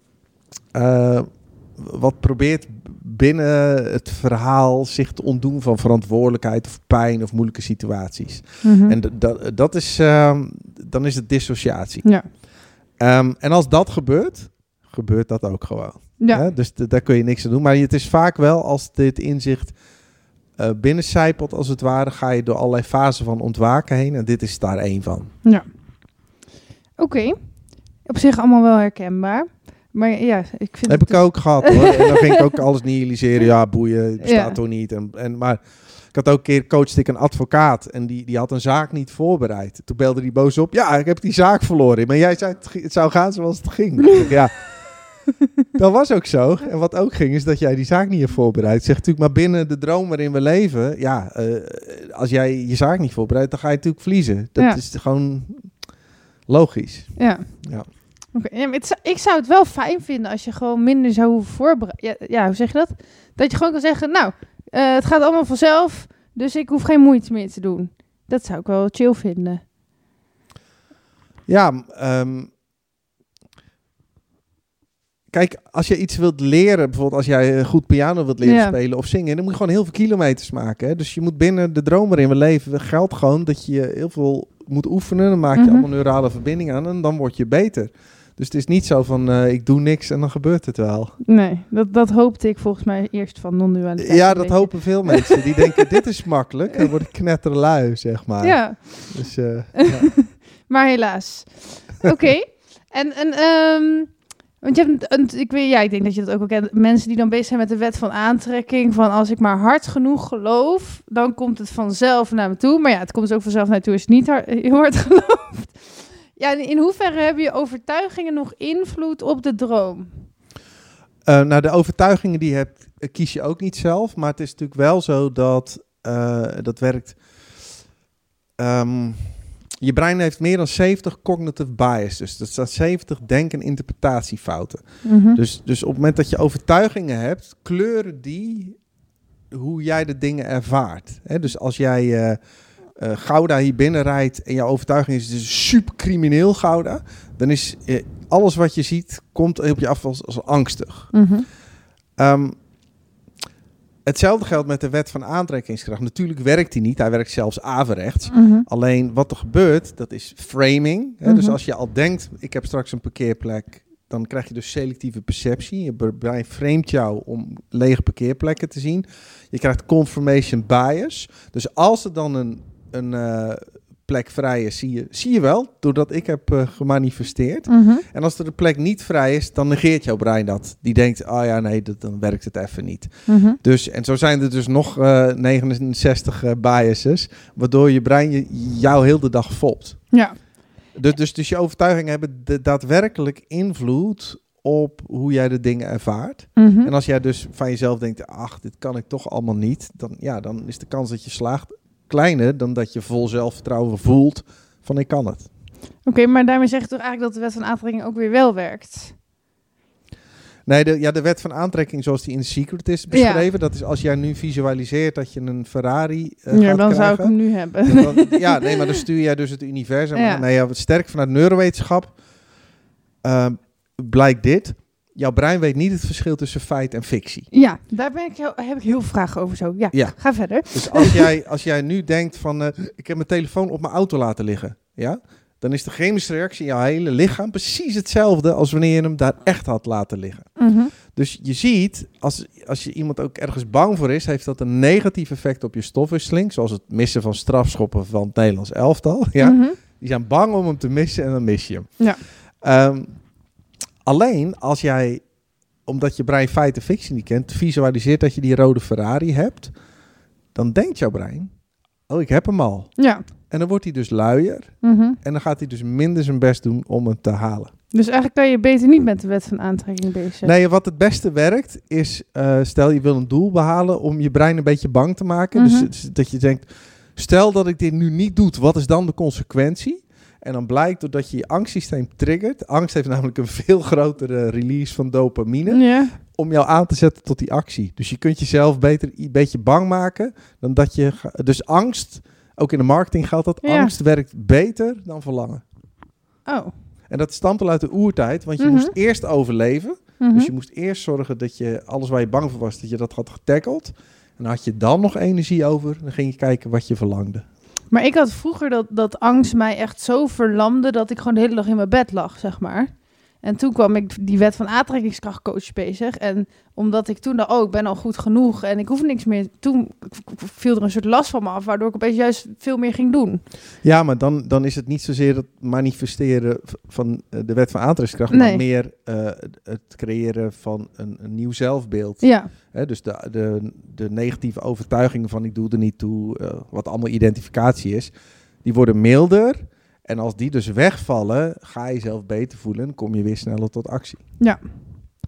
uh, wat probeert binnen het verhaal zich te ontdoen van verantwoordelijkheid of pijn of moeilijke situaties. Mm-hmm. En d- dat, dat is, uh, dan is het dissociatie. Ja. Um, en als dat gebeurt, gebeurt dat ook gewoon. Ja. Hè? Dus d- daar kun je niks aan doen. Maar het is vaak wel, als dit inzicht uh, binnencijpelt, als het ware, ga je door allerlei fasen van ontwaken heen. En dit is daar één van. Ja. Oké. Okay. Op zich allemaal wel herkenbaar. Maar ja, ik vind Heb het ik ook gehad hoor. En dan ging ik ook alles nihiliseren. Ja, boeien, het bestaat Ja. toch niet. En, en, maar ik had ook een keer, coachte ik een advocaat. En die, die had een zaak niet voorbereid. Toen belde hij boos op. Ja, ik heb die zaak verloren. Maar jij zei, het, g- het zou gaan zoals het ging. Ik zeg, ja, Dat was ook zo. En wat ook ging, is dat jij die zaak niet hebt voorbereid. Zeg natuurlijk, maar binnen de droom waarin we leven, ja, uh, als jij je zaak niet voorbereidt, dan ga je natuurlijk verliezen. Dat ja. is gewoon logisch. Ja. Ja. Okay. Ja, het, ik zou het wel fijn vinden als je gewoon minder zou hoeven voorbereiden. Ja, ja, hoe zeg je dat? Dat je gewoon kan zeggen, nou, uh, het gaat allemaal vanzelf, dus ik hoef geen moeite meer te doen. Dat zou ik wel chill vinden. Ja, um, kijk, als je iets wilt leren, bijvoorbeeld als jij goed piano wilt leren ja. spelen of zingen, dan moet je gewoon heel veel kilometers maken. Hè? Dus je moet binnen de droom waarin we leven, geldt gewoon dat je heel veel moet oefenen. Dan maak je mm-hmm. allemaal neurale verbindingen aan en dan word je beter. Dus het is niet zo van, uh, ik doe niks en dan gebeurt het wel. Nee, dat, dat hoopte ik volgens mij eerst van non-dualiteit. Ja, dat beetje. hopen veel mensen. Die denken, dit is makkelijk. Dan word ik knetterlui, zeg maar. Ja. Dus, uh, ja. Maar helaas. Oké. Okay. En, en um, want je hebt, een, ik weet, ja, ik denk dat je dat ook wel kent. Mensen die dan bezig zijn met de wet van aantrekking. Van als ik maar hard genoeg geloof, dan komt het vanzelf naar me toe. Maar ja, het komt dus ook vanzelf naar je toe als je niet hard, heel hard gelooft. Ja, in hoeverre hebben je overtuigingen nog invloed op de droom? Uh, nou, de overtuigingen die je hebt, kies je ook niet zelf. Maar het is natuurlijk wel zo dat uh, dat werkt. Um, je brein heeft meer dan zeventig cognitive biases. Dus dat staat zeventig denk- en interpretatiefouten. Mm-hmm. Dus, dus op het moment dat je overtuigingen hebt, kleuren die hoe jij de dingen ervaart. Hè? Dus als jij uh, uh, Gouda hier binnen rijdt en jouw overtuiging is, het is super crimineel Gouda, dan is uh, alles wat je ziet, komt op je af als, als angstig. Mm-hmm. Um, Hetzelfde geldt met de wet van aantrekkingskracht. Natuurlijk werkt die niet. Hij werkt zelfs averechts. Mm-hmm. Alleen wat er gebeurt, dat is framing. Hè? Mm-hmm. Dus als je al denkt, ik heb straks een parkeerplek, dan krijg je dus selectieve perceptie. Je brein framet jou om lege parkeerplekken te zien. Je krijgt confirmation bias. Dus als er dan een, een uh, plek vrij is, zie je, zie je wel, doordat ik heb uh, gemanifesteerd. Mm-hmm. En als er een plek niet vrij is, dan negeert jouw brein dat. Die denkt, oh ja, nee, dat, dan werkt het even niet. Mm-hmm. Dus, en zo zijn er dus nog uh, negenenzestig uh, biases, waardoor je brein je, jou heel de dag fopt. Ja. Dus, dus, dus je overtuigingen hebben de, daadwerkelijk invloed op hoe jij de dingen ervaart. Mm-hmm. En als jij dus van jezelf denkt, ach, dit kan ik toch allemaal niet, dan, ja, dan is de kans dat je slaagt kleiner dan dat je vol zelfvertrouwen voelt van ik kan het. Oké, okay, maar daarmee zeg je toch eigenlijk dat de wet van aantrekking ook weer wel werkt? Nee, de, ja, de wet van aantrekking zoals die in Secret is beschreven, ja. Dat is als jij nu visualiseert dat je een Ferrari uh, ja, gaat dan krijgen, zou ik hem nu hebben. Dan, ja, nee, maar dan stuur jij dus het universum. Ja. Nee, ja, sterk vanuit neurowetenschap uh, blijkt dit. Jouw brein weet niet het verschil tussen feit en fictie. Ja, daar ben ik heel, heb ik heel veel vragen over zo. Ja, ja. Ga verder. Dus als jij, als jij nu denkt van, uh, ik heb mijn telefoon op mijn auto laten liggen, ja, dan is de chemische reactie in jouw hele lichaam precies hetzelfde als wanneer je hem daar echt had laten liggen. Mm-hmm. Dus je ziet, als, als je iemand ook ergens bang voor is, heeft dat een negatief effect op je stofwisseling, zoals het missen van strafschoppen van het Nederlands elftal. Ja? Mm-hmm. Die zijn bang om hem te missen en dan mis je hem. Ja. Um, Alleen als jij, omdat je brein feit en fictie niet kent, visualiseert dat je die rode Ferrari hebt, dan denkt jouw brein, oh, ik heb hem al. Ja. En dan wordt hij dus luier. Mm-hmm. En dan gaat hij dus minder zijn best doen om het te halen. Dus eigenlijk kan je beter niet met de wet van aantrekking bezig zijn. Nee, wat het beste werkt is, uh, stel je wil een doel behalen om je brein een beetje bang te maken. Mm-hmm. Dus dat je denkt, stel dat ik dit nu niet doe, wat is dan de consequentie? En dan blijkt doordat je je angstsysteem triggert. Angst heeft namelijk een veel grotere release van dopamine. Ja. Om jou aan te zetten tot die actie. Dus je kunt jezelf beter een beetje bang maken dan dat je... Ga- dus angst, ook in de marketing geldt dat. Ja. Angst werkt beter dan verlangen. Oh. En dat stamt al uit de oertijd. Want je mm-hmm. moest eerst overleven. Mm-hmm. Dus je moest eerst zorgen dat je alles waar je bang voor was, dat je dat had getackeld. En had je dan nog energie over, dan ging je kijken wat je verlangde. Maar ik had vroeger dat, dat angst mij echt zo verlamde dat ik gewoon de hele dag in mijn bed lag, zeg maar. En toen kwam ik die wet van aantrekkingskrachtcoach bezig. En omdat ik toen dacht, oh, ik ben al goed genoeg en ik hoef niks meer. Toen viel er een soort last van me af, waardoor ik opeens juist veel meer ging doen. Ja, maar dan, dan is het niet zozeer het manifesteren van de wet van aantrekkingskracht, nee. maar meer uh, het creëren van een, een nieuw zelfbeeld. Ja. He, dus de, de, de negatieve overtuigingen van ik doe er niet toe, uh, wat allemaal identificatie is, die worden milder. En als die dus wegvallen, ga je jezelf beter voelen en kom je weer sneller tot actie. Ja,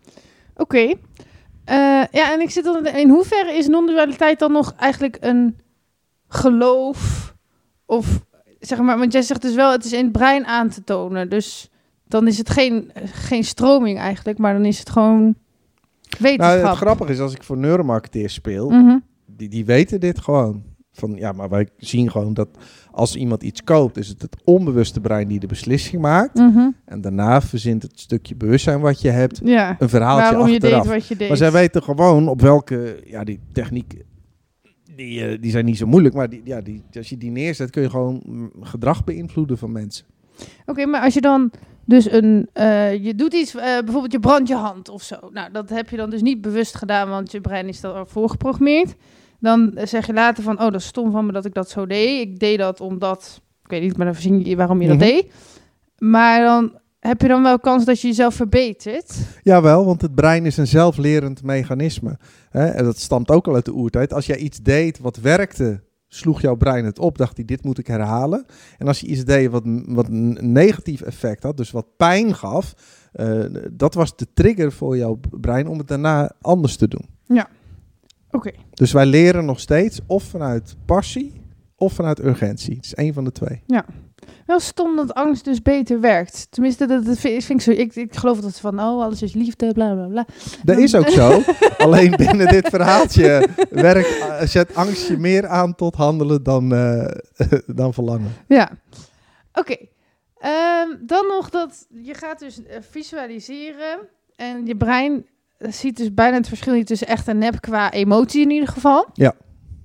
Oké. Okay. Uh, ja, en ik zit dan... In hoeverre is non-dualiteit dan nog eigenlijk een geloof? Of, zeg maar... Want jij zegt dus wel, het is in het brein aan te tonen. Dus dan is het geen, geen stroming eigenlijk, maar dan is het gewoon wetenschap. Nou, het grappige is, als ik voor neuromarketeers speel, Mm-hmm. die, die weten dit gewoon. Van, ja, maar wij zien gewoon dat als iemand iets koopt, is het het onbewuste brein die de beslissing maakt. Mm-hmm. En daarna verzint het stukje bewustzijn wat je hebt Ja, een verhaaltje waarom je achteraf. deed wat je deed. Maar zij weten gewoon op welke, ja, die techniek, die, uh, die zijn niet zo moeilijk, maar die, ja, die, als je die neerzet, kun je gewoon mm, gedrag beïnvloeden van mensen. Oké, okay, maar als je dan dus een, uh, je doet iets, uh, bijvoorbeeld je brandt je hand of zo. Nou, dat heb je dan dus niet bewust gedaan, want je brein is daar al voorgeprogrammeerd. Dan zeg je later van, oh, dat is stom van me dat ik dat zo deed. Ik deed dat omdat, ik weet niet, maar dan verzin je waarom je dat Mm-hmm. deed. Maar dan heb je dan wel kans dat je jezelf verbetert. Jawel, want het brein is een zelflerend mechanisme. Hè? En dat stamt ook al uit de oertijd. Als jij iets deed wat werkte, sloeg jouw brein het op, dacht hij, dit moet ik herhalen. En als je iets deed wat, wat een negatief effect had, dus wat pijn gaf, uh, dat was de trigger voor jouw brein om het daarna anders te doen. Ja, oké. Okay. Dus wij leren nog steeds of vanuit passie of vanuit urgentie. Het is één van de twee. Ja. Wel stom dat angst dus beter werkt. Tenminste, dat, dat vind, vind ik zo. Ik, ik geloof dat van, oh, alles is liefde, bla bla bla. Dat is ook zo. Alleen binnen dit verhaaltje werkt, zet angst je meer aan tot handelen dan, uh, dan verlangen. Ja, oké. Okay. Um, dan nog dat je gaat dus uh, visualiseren en je brein ziet dus bijna het verschil niet tussen echt en nep qua emotie in ieder geval. Ja.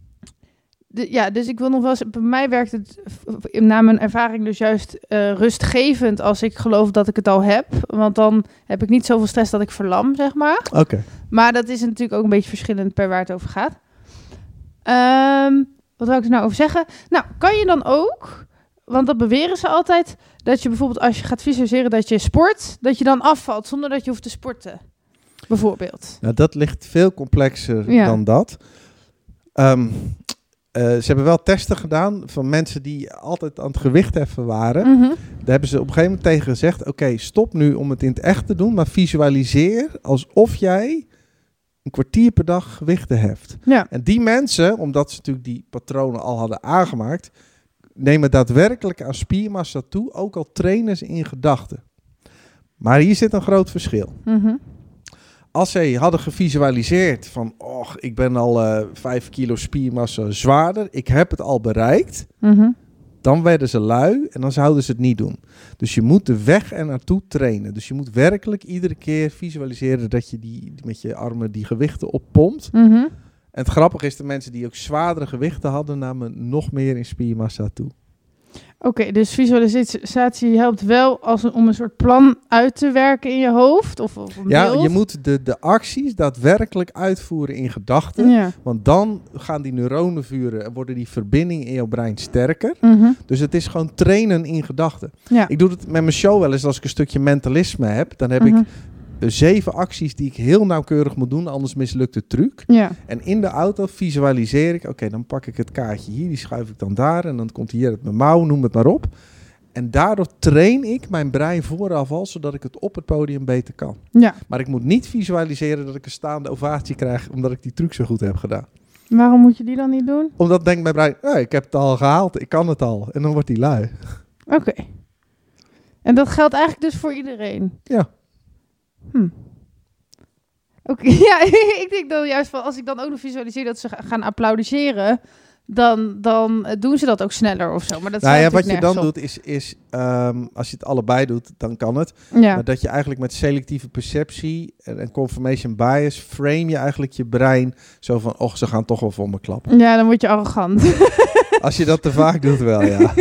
De, ja, dus ik wil nog wel eens... Bij mij werkt het na mijn ervaring dus juist uh, rustgevend als ik geloof dat ik het al heb. Want dan heb ik niet zoveel stress dat ik verlam, zeg maar. Oké. Okay. Maar dat is natuurlijk ook een beetje verschillend per waar het over gaat. Um, wat wil ik er nou over zeggen? Nou, kan je dan ook... Want dat beweren ze altijd... Dat je bijvoorbeeld als je gaat visualiseren dat je sport... Dat je dan afvalt zonder dat je hoeft te sporten. Bijvoorbeeld. Nou, dat ligt veel complexer ja. dan dat. Um, Uh, ze hebben wel testen gedaan van mensen die altijd aan het gewicht heffen waren. Mm-hmm. Daar hebben ze op een gegeven moment tegen gezegd... Oké, okay, stop nu om het in het echt te doen... maar visualiseer alsof jij een kwartier per dag gewichten heft. Ja. En die mensen, omdat ze natuurlijk die patronen al hadden aangemaakt... nemen daadwerkelijk aan spiermassa toe... ook al trainen ze in gedachten. Maar hier zit een groot verschil. Mm-hmm. Als zij hadden gevisualiseerd van... och, ik ben al uh, vijf kilo spiermassa zwaarder... ik heb het al bereikt... Mm-hmm. dan werden ze lui en dan zouden ze het niet doen. Dus je moet de weg er naartoe trainen. Dus je moet werkelijk iedere keer visualiseren... dat je die, met je armen die gewichten oppompt. Mm-hmm. En het grappige is, de mensen die ook zwaardere gewichten hadden... namen nog meer in spiermassa toe. Oké, okay, dus visualisatie helpt wel als een, om een soort plan uit te werken in je hoofd? Of, of een ja, beeld? je moet de, de acties daadwerkelijk uitvoeren in gedachten. Ja. Want dan gaan die neuronen vuren en worden die verbindingen in jouw brein sterker. Mm-hmm. Dus het is gewoon trainen in gedachten. Ja. Ik doe het met mijn show wel eens als ik een stukje mentalisme heb. Dan heb Mm-hmm. ik uh, zeven acties die ik heel nauwkeurig moet doen, anders mislukt de truc. Ja. En in de auto visualiseer ik, oké, okay, dan pak ik het kaartje hier, die schuif ik dan daar en dan komt hier uit mijn mouw, noem het maar op. En daardoor train ik mijn brein vooraf al, zodat ik het op het podium beter kan. Ja. Maar ik moet niet visualiseren dat ik een staande ovatie krijg, omdat ik die truc zo goed heb gedaan. Waarom moet je die dan niet doen? Omdat denkt mijn brein, oh, ik heb het al gehaald, ik kan het al. En dan wordt die lui. Oké. Okay. En dat geldt eigenlijk dus voor iedereen? Ja. Hm. Oké, okay. Ja, ik denk dan juist van, als ik dan ook nog visualiseer dat ze gaan applaudisseren, dan, dan doen ze dat ook sneller of zo. Maar dat nou ja, wat je dan op. doet is, is um, als je het allebei doet, dan kan het. Ja. Maar dat je eigenlijk met selectieve perceptie en, en confirmation bias frame je eigenlijk je brein zo van, och, ze gaan toch wel voor me klappen. Ja, dan word je arrogant. Als je dat te vaak doet wel, ja.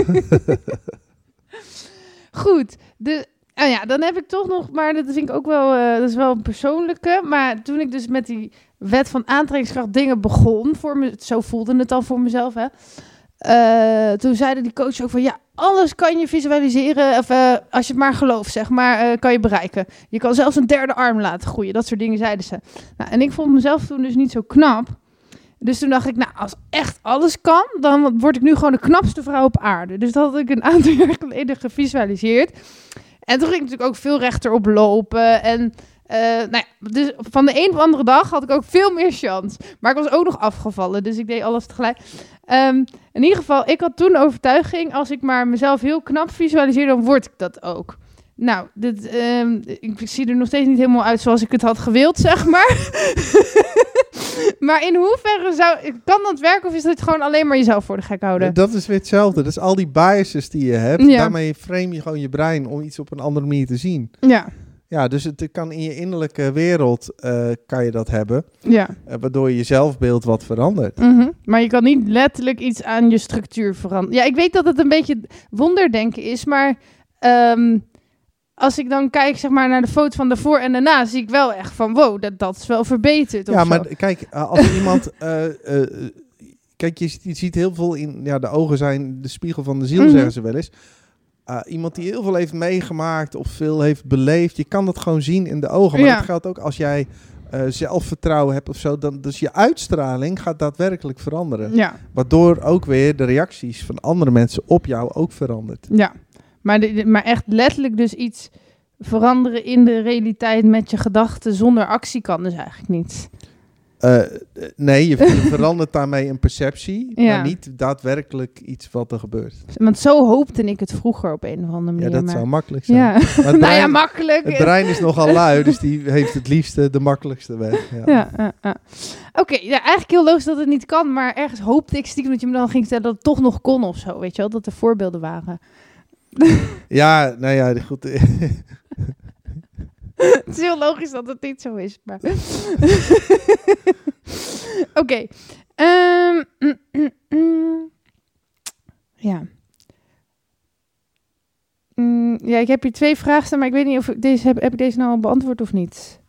Goed, de... Oh ja, dan heb ik toch nog, maar dat vind ik ook wel, uh, dat is wel een persoonlijke. Maar toen ik dus met die wet van aantrekkingskracht dingen begon, voor me, zo voelde het al voor mezelf, hè. Uh, toen zeiden die coach ook van, ja, alles kan je visualiseren, of uh, als je het maar gelooft, zeg maar, uh, kan je bereiken. Je kan zelfs een derde arm laten groeien, dat soort dingen zeiden ze. Nou, en ik vond mezelf toen dus niet zo knap. Dus toen dacht ik, nou, als echt alles kan, dan word ik nu gewoon de knapste vrouw op aarde. Dus dat had ik een aantal jaar geleden gevisualiseerd. En toen ging ik natuurlijk ook veel rechter op lopen. En nou ja, dus van de een op de andere dag had ik ook veel meer chance. Maar ik was ook nog afgevallen, dus ik deed alles tegelijk. Um, in ieder geval, ik had toen de overtuiging, als ik maar mezelf heel knap visualiseer, dan word ik dat ook. Nou, dit, um, ik zie er nog steeds niet helemaal uit zoals ik het had gewild, zeg maar. Maar in hoeverre zou, kan dat werken of is dat gewoon alleen maar jezelf voor de gek houden? Dat is weer hetzelfde. Dus al die biases die je hebt, ja. daarmee frame je gewoon je brein om iets op een andere manier te zien. Ja. Ja, dus het kan in je innerlijke wereld uh, kan je dat hebben. Ja. Uh, waardoor je zelfbeeld wat verandert. Mm-hmm. Maar je kan niet letterlijk iets aan je structuur veranderen. Ja, ik weet dat het een beetje wonderdenken is, maar um, als ik dan kijk zeg maar, naar de foto van daarvoor en daarna, zie ik wel echt van wow, dat, dat is wel verbeterd. Of ja, zo. maar kijk, uh, als iemand... Uh, uh, kijk, je, je ziet heel veel in... Ja, de ogen zijn de spiegel van de ziel, mm-hmm. zeggen ze wel eens. Uh, iemand die heel veel heeft meegemaakt of veel heeft beleefd, je kan dat gewoon zien in de ogen. Maar ja. dat geldt ook als jij uh, zelfvertrouwen hebt of zo. Dan, dus je uitstraling gaat daadwerkelijk veranderen. Ja. Waardoor ook weer de reacties van andere mensen op jou ook verandert. Ja, maar, de, maar echt letterlijk dus iets veranderen in de realiteit met je gedachten zonder actie kan dus eigenlijk niet. Uh, nee, je verandert daarmee een perceptie, ja. maar niet daadwerkelijk iets wat er gebeurt. Want zo hoopte ik het vroeger op een of andere manier. Ja, dat maar... zou makkelijk zijn. Ja. Maar het nou brein, ja, makkelijk. Het brein is nogal lui, dus die heeft het liefste de makkelijkste weg. Ja, ja uh, uh. Oké, okay, ja, eigenlijk heel logisch dat het niet kan, maar ergens hoopte ik stiekem dat je me dan ging vertellen dat het toch nog kon of zo, weet je wel, dat er voorbeelden waren. Ja, nou ja, goed. Het is heel logisch dat het niet zo is, maar... Oké. Okay. Um, mm, mm, mm. Ja. Mm, ja, ik heb hier twee vragen staan, maar ik weet niet of ik deze heb, heb ik deze nou al beantwoord of niet.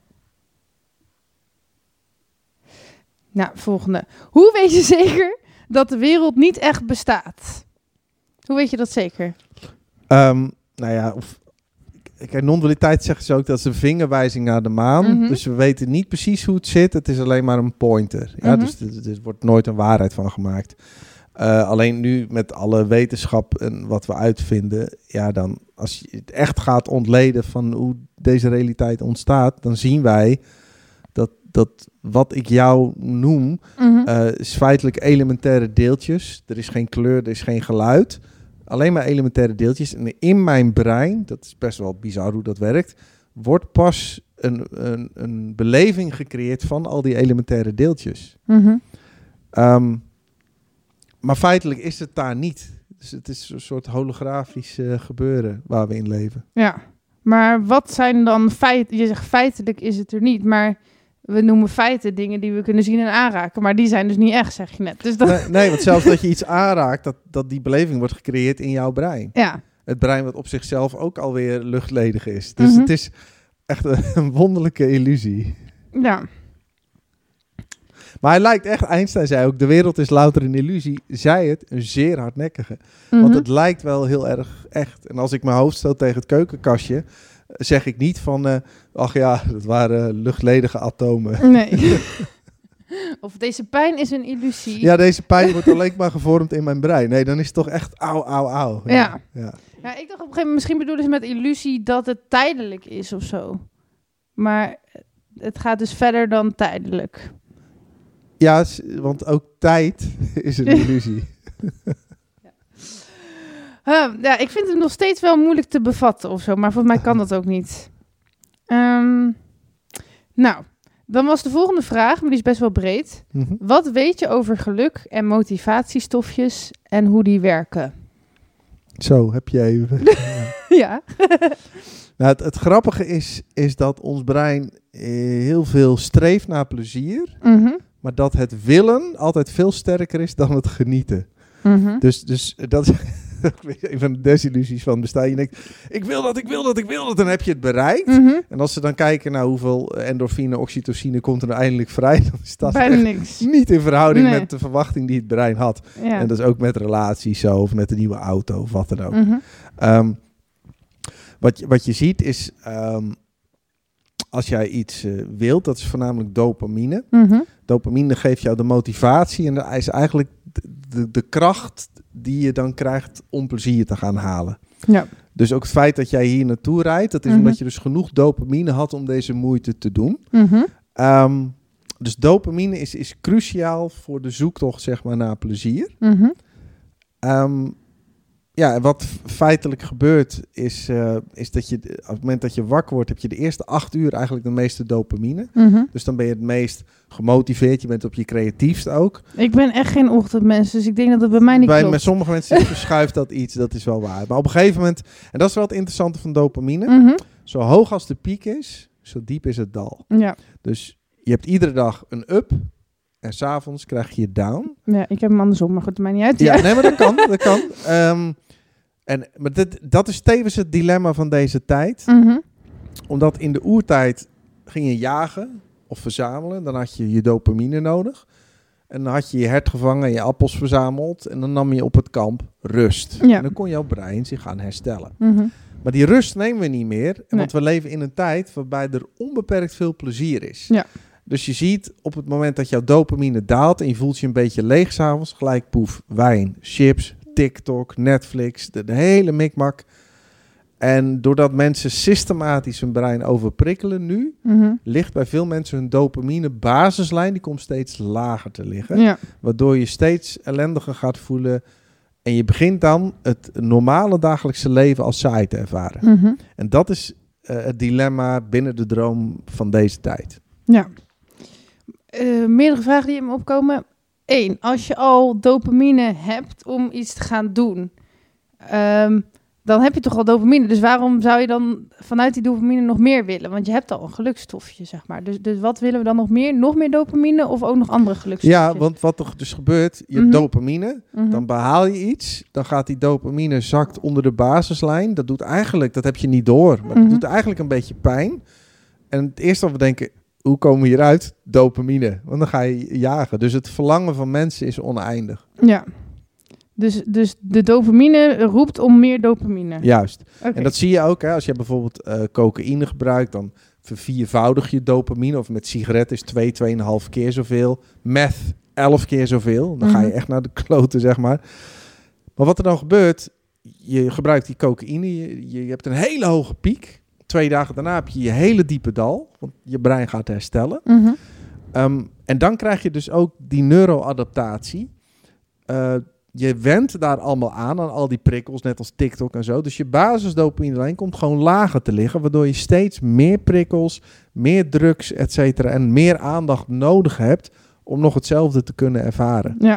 Nou, volgende. Hoe weet je zeker dat de wereld niet echt bestaat? Hoe weet je dat zeker? Um, nou ja, of... Kijk, non-dualiteit zeggen ze ook dat is een vingerwijzing naar de maan. Mm-hmm. Dus we weten niet precies hoe het zit. Het is alleen maar een pointer. Ja? Mm-hmm. Dus er wordt nooit een waarheid van gemaakt. Uh, alleen nu met alle wetenschap en wat we uitvinden. Ja, dan als je het echt gaat ontleden van hoe deze realiteit ontstaat. Dan zien wij dat, dat wat ik jou noem. Mm-hmm. Uh, is feitelijk elementaire deeltjes. Er is geen kleur, er is geen geluid. Alleen maar elementaire deeltjes. En in mijn brein, dat is best wel bizar hoe dat werkt, wordt pas een, een, een beleving gecreëerd van al die elementaire deeltjes. Mm-hmm. Um, maar feitelijk is het daar niet. Dus het is een soort holografisch uh, gebeuren waar we in leven. Ja, maar wat zijn dan feiten? Je zegt feitelijk is het er niet, maar... We noemen feiten dingen die we kunnen zien en aanraken. Maar die zijn dus niet echt, zeg je net. Dus dat... nee, nee, want zelfs dat je iets aanraakt, dat, dat die beleving wordt gecreëerd in jouw brein. Ja. Het brein wat op zichzelf ook alweer luchtledig is. Dus mm-hmm. het is echt een, een wonderlijke illusie. Ja. Maar hij lijkt echt, Einstein zei ook, de wereld is louter een illusie. Zei het, een zeer hardnekkige. Mm-hmm. Want het lijkt wel heel erg echt. En als ik mijn hoofd stoot tegen het keukenkastje... zeg ik niet van, uh, ach ja, dat waren luchtledige atomen. Nee. Of deze pijn is een illusie. Ja, deze pijn wordt alleen maar gevormd in mijn brein. Nee, dan is het toch echt auw, auw, auw. Ja. Ja. Ja. Ja, ik dacht op een gegeven moment, misschien bedoelen ze met illusie dat het tijdelijk is of zo. Maar het gaat dus verder dan tijdelijk. Ja, want ook tijd is een illusie. Uh, ja, ik vind het nog steeds wel moeilijk te bevatten of zo, maar volgens mij kan dat ook niet. Um, nou, dan was de volgende vraag, maar die is best wel breed. Mm-hmm. Wat weet je over geluk en motivatiestofjes en hoe die werken? Zo, heb je even. Ja. Nou, het, het grappige is, is dat ons brein eh, heel veel streeft naar plezier, Mm-hmm. maar dat het willen altijd veel sterker is dan het genieten. Mm-hmm. Dus, dus dat is een van de desillusies van het bestaan. Je denkt, ik wil dat, ik wil dat, ik wil dat. Dan heb je het bereikt. Mm-hmm. En als ze dan kijken naar hoeveel endorfine, oxytocine komt er nou eindelijk vrij, dan is dat Bijna echt niks. niet in verhouding Nee. met de verwachting die het brein had. Ja. En dat is ook met relaties zo, of met een nieuwe auto, of wat dan ook. Mm-hmm. Um, wat, je, wat je ziet is, um, als jij iets uh, wilt, dat is voornamelijk dopamine. Mm-hmm. Dopamine geeft jou de motivatie en dat is eigenlijk de, de, de kracht die je dan krijgt om plezier te gaan halen. Ja. Dus ook het feit dat jij hier naartoe rijdt, dat is Mm-hmm. omdat je dus genoeg dopamine had om deze moeite te doen. Mm-hmm. Um, dus dopamine is, is cruciaal voor de zoektocht, zeg maar, naar plezier. Mm-hmm. Um, ja, en wat feitelijk gebeurt is, uh, is dat je op het moment dat je wakker wordt, heb je de eerste acht uur eigenlijk de meeste dopamine. Mm-hmm. Dus dan ben je het meest gemotiveerd, je bent op je creatiefst ook. Ik ben echt geen ochtendmens, dus ik denk dat het bij mij niet Bij, klopt. met sommige mensen verschuift dat iets, dat is wel waar. Maar op een gegeven moment, en dat is wel het interessante van dopamine, Mm-hmm. zo hoog als de piek is, zo diep is het dal. Ja. Dus je hebt iedere dag een up en 's avonds krijg je down. ja, ik heb hem andersom, maar goed, dat maakt niet uit. Ja, nee, maar dat kan. Dat kan. Um, en, maar dit, dat is tevens het dilemma van deze tijd. Mm-hmm. Omdat in de oertijd ging je jagen of verzamelen. Dan had je je dopamine nodig. En dan had je je hert gevangen en je appels verzameld. En dan nam je op het kamp rust. Ja. En dan kon jouw brein zich gaan herstellen. Mm-hmm. Maar die rust nemen we niet meer. Nee. Want we leven in een tijd waarbij er onbeperkt veel plezier is. Ja. Dus je ziet op het moment dat jouw dopamine daalt en je voelt je een beetje leeg 's avonds, gelijk poef, wijn, chips, TikTok, Netflix, de, de hele mikmak. En doordat mensen systematisch hun brein overprikkelen nu, Mm-hmm. ligt bij veel mensen hun dopamine basislijn, die komt steeds lager te liggen. Ja. Waardoor je steeds ellendiger gaat voelen en je begint dan het normale dagelijkse leven als saai te ervaren. Mm-hmm. En dat is uh, het dilemma binnen de droom van deze tijd. Ja. Uh, meerdere vragen die in me opkomen. Eén, als je al dopamine hebt om iets te gaan doen, um, dan heb je toch al dopamine. Dus waarom zou je dan vanuit die dopamine nog meer willen? Want je hebt al een gelukstofje, zeg maar. Dus, dus wat willen we dan nog meer? Nog meer dopamine of ook nog andere gelukstofjes? Ja, want wat er dus gebeurt, je Mm-hmm. hebt dopamine, Mm-hmm. dan behaal je iets, dan gaat die dopamine zakt onder de basislijn. Dat doet eigenlijk, dat heb je niet door, maar Mm-hmm. dat doet eigenlijk een beetje pijn. En het eerste wat we denken, hoe komen we hieruit? Dopamine, want dan ga je jagen. Dus het verlangen van mensen is oneindig. Ja. Dus, dus de dopamine roept om meer dopamine. Juist. Okay. En dat zie je ook, hè, als je bijvoorbeeld uh, cocaïne gebruikt, dan verviervoudig je dopamine. Of met sigaretten is twee, tweeënhalf keer zoveel. Meth, elf keer zoveel. Dan mm-hmm. ga je echt naar de kloten, zeg maar. Maar wat er dan gebeurt, je gebruikt die cocaïne, je, je hebt een hele hoge piek. Twee dagen daarna heb je je hele diepe dal, want je brein gaat herstellen. Mm-hmm. Um, en dan krijg je dus ook die neuroadaptatie. Uh, je went daar allemaal aan, aan al die prikkels, net als TikTok en zo. Dus je basisdopaminelijn komt gewoon lager te liggen, waardoor je steeds meer prikkels, meer drugs, et cetera, en meer aandacht nodig hebt om nog hetzelfde te kunnen ervaren. Ja.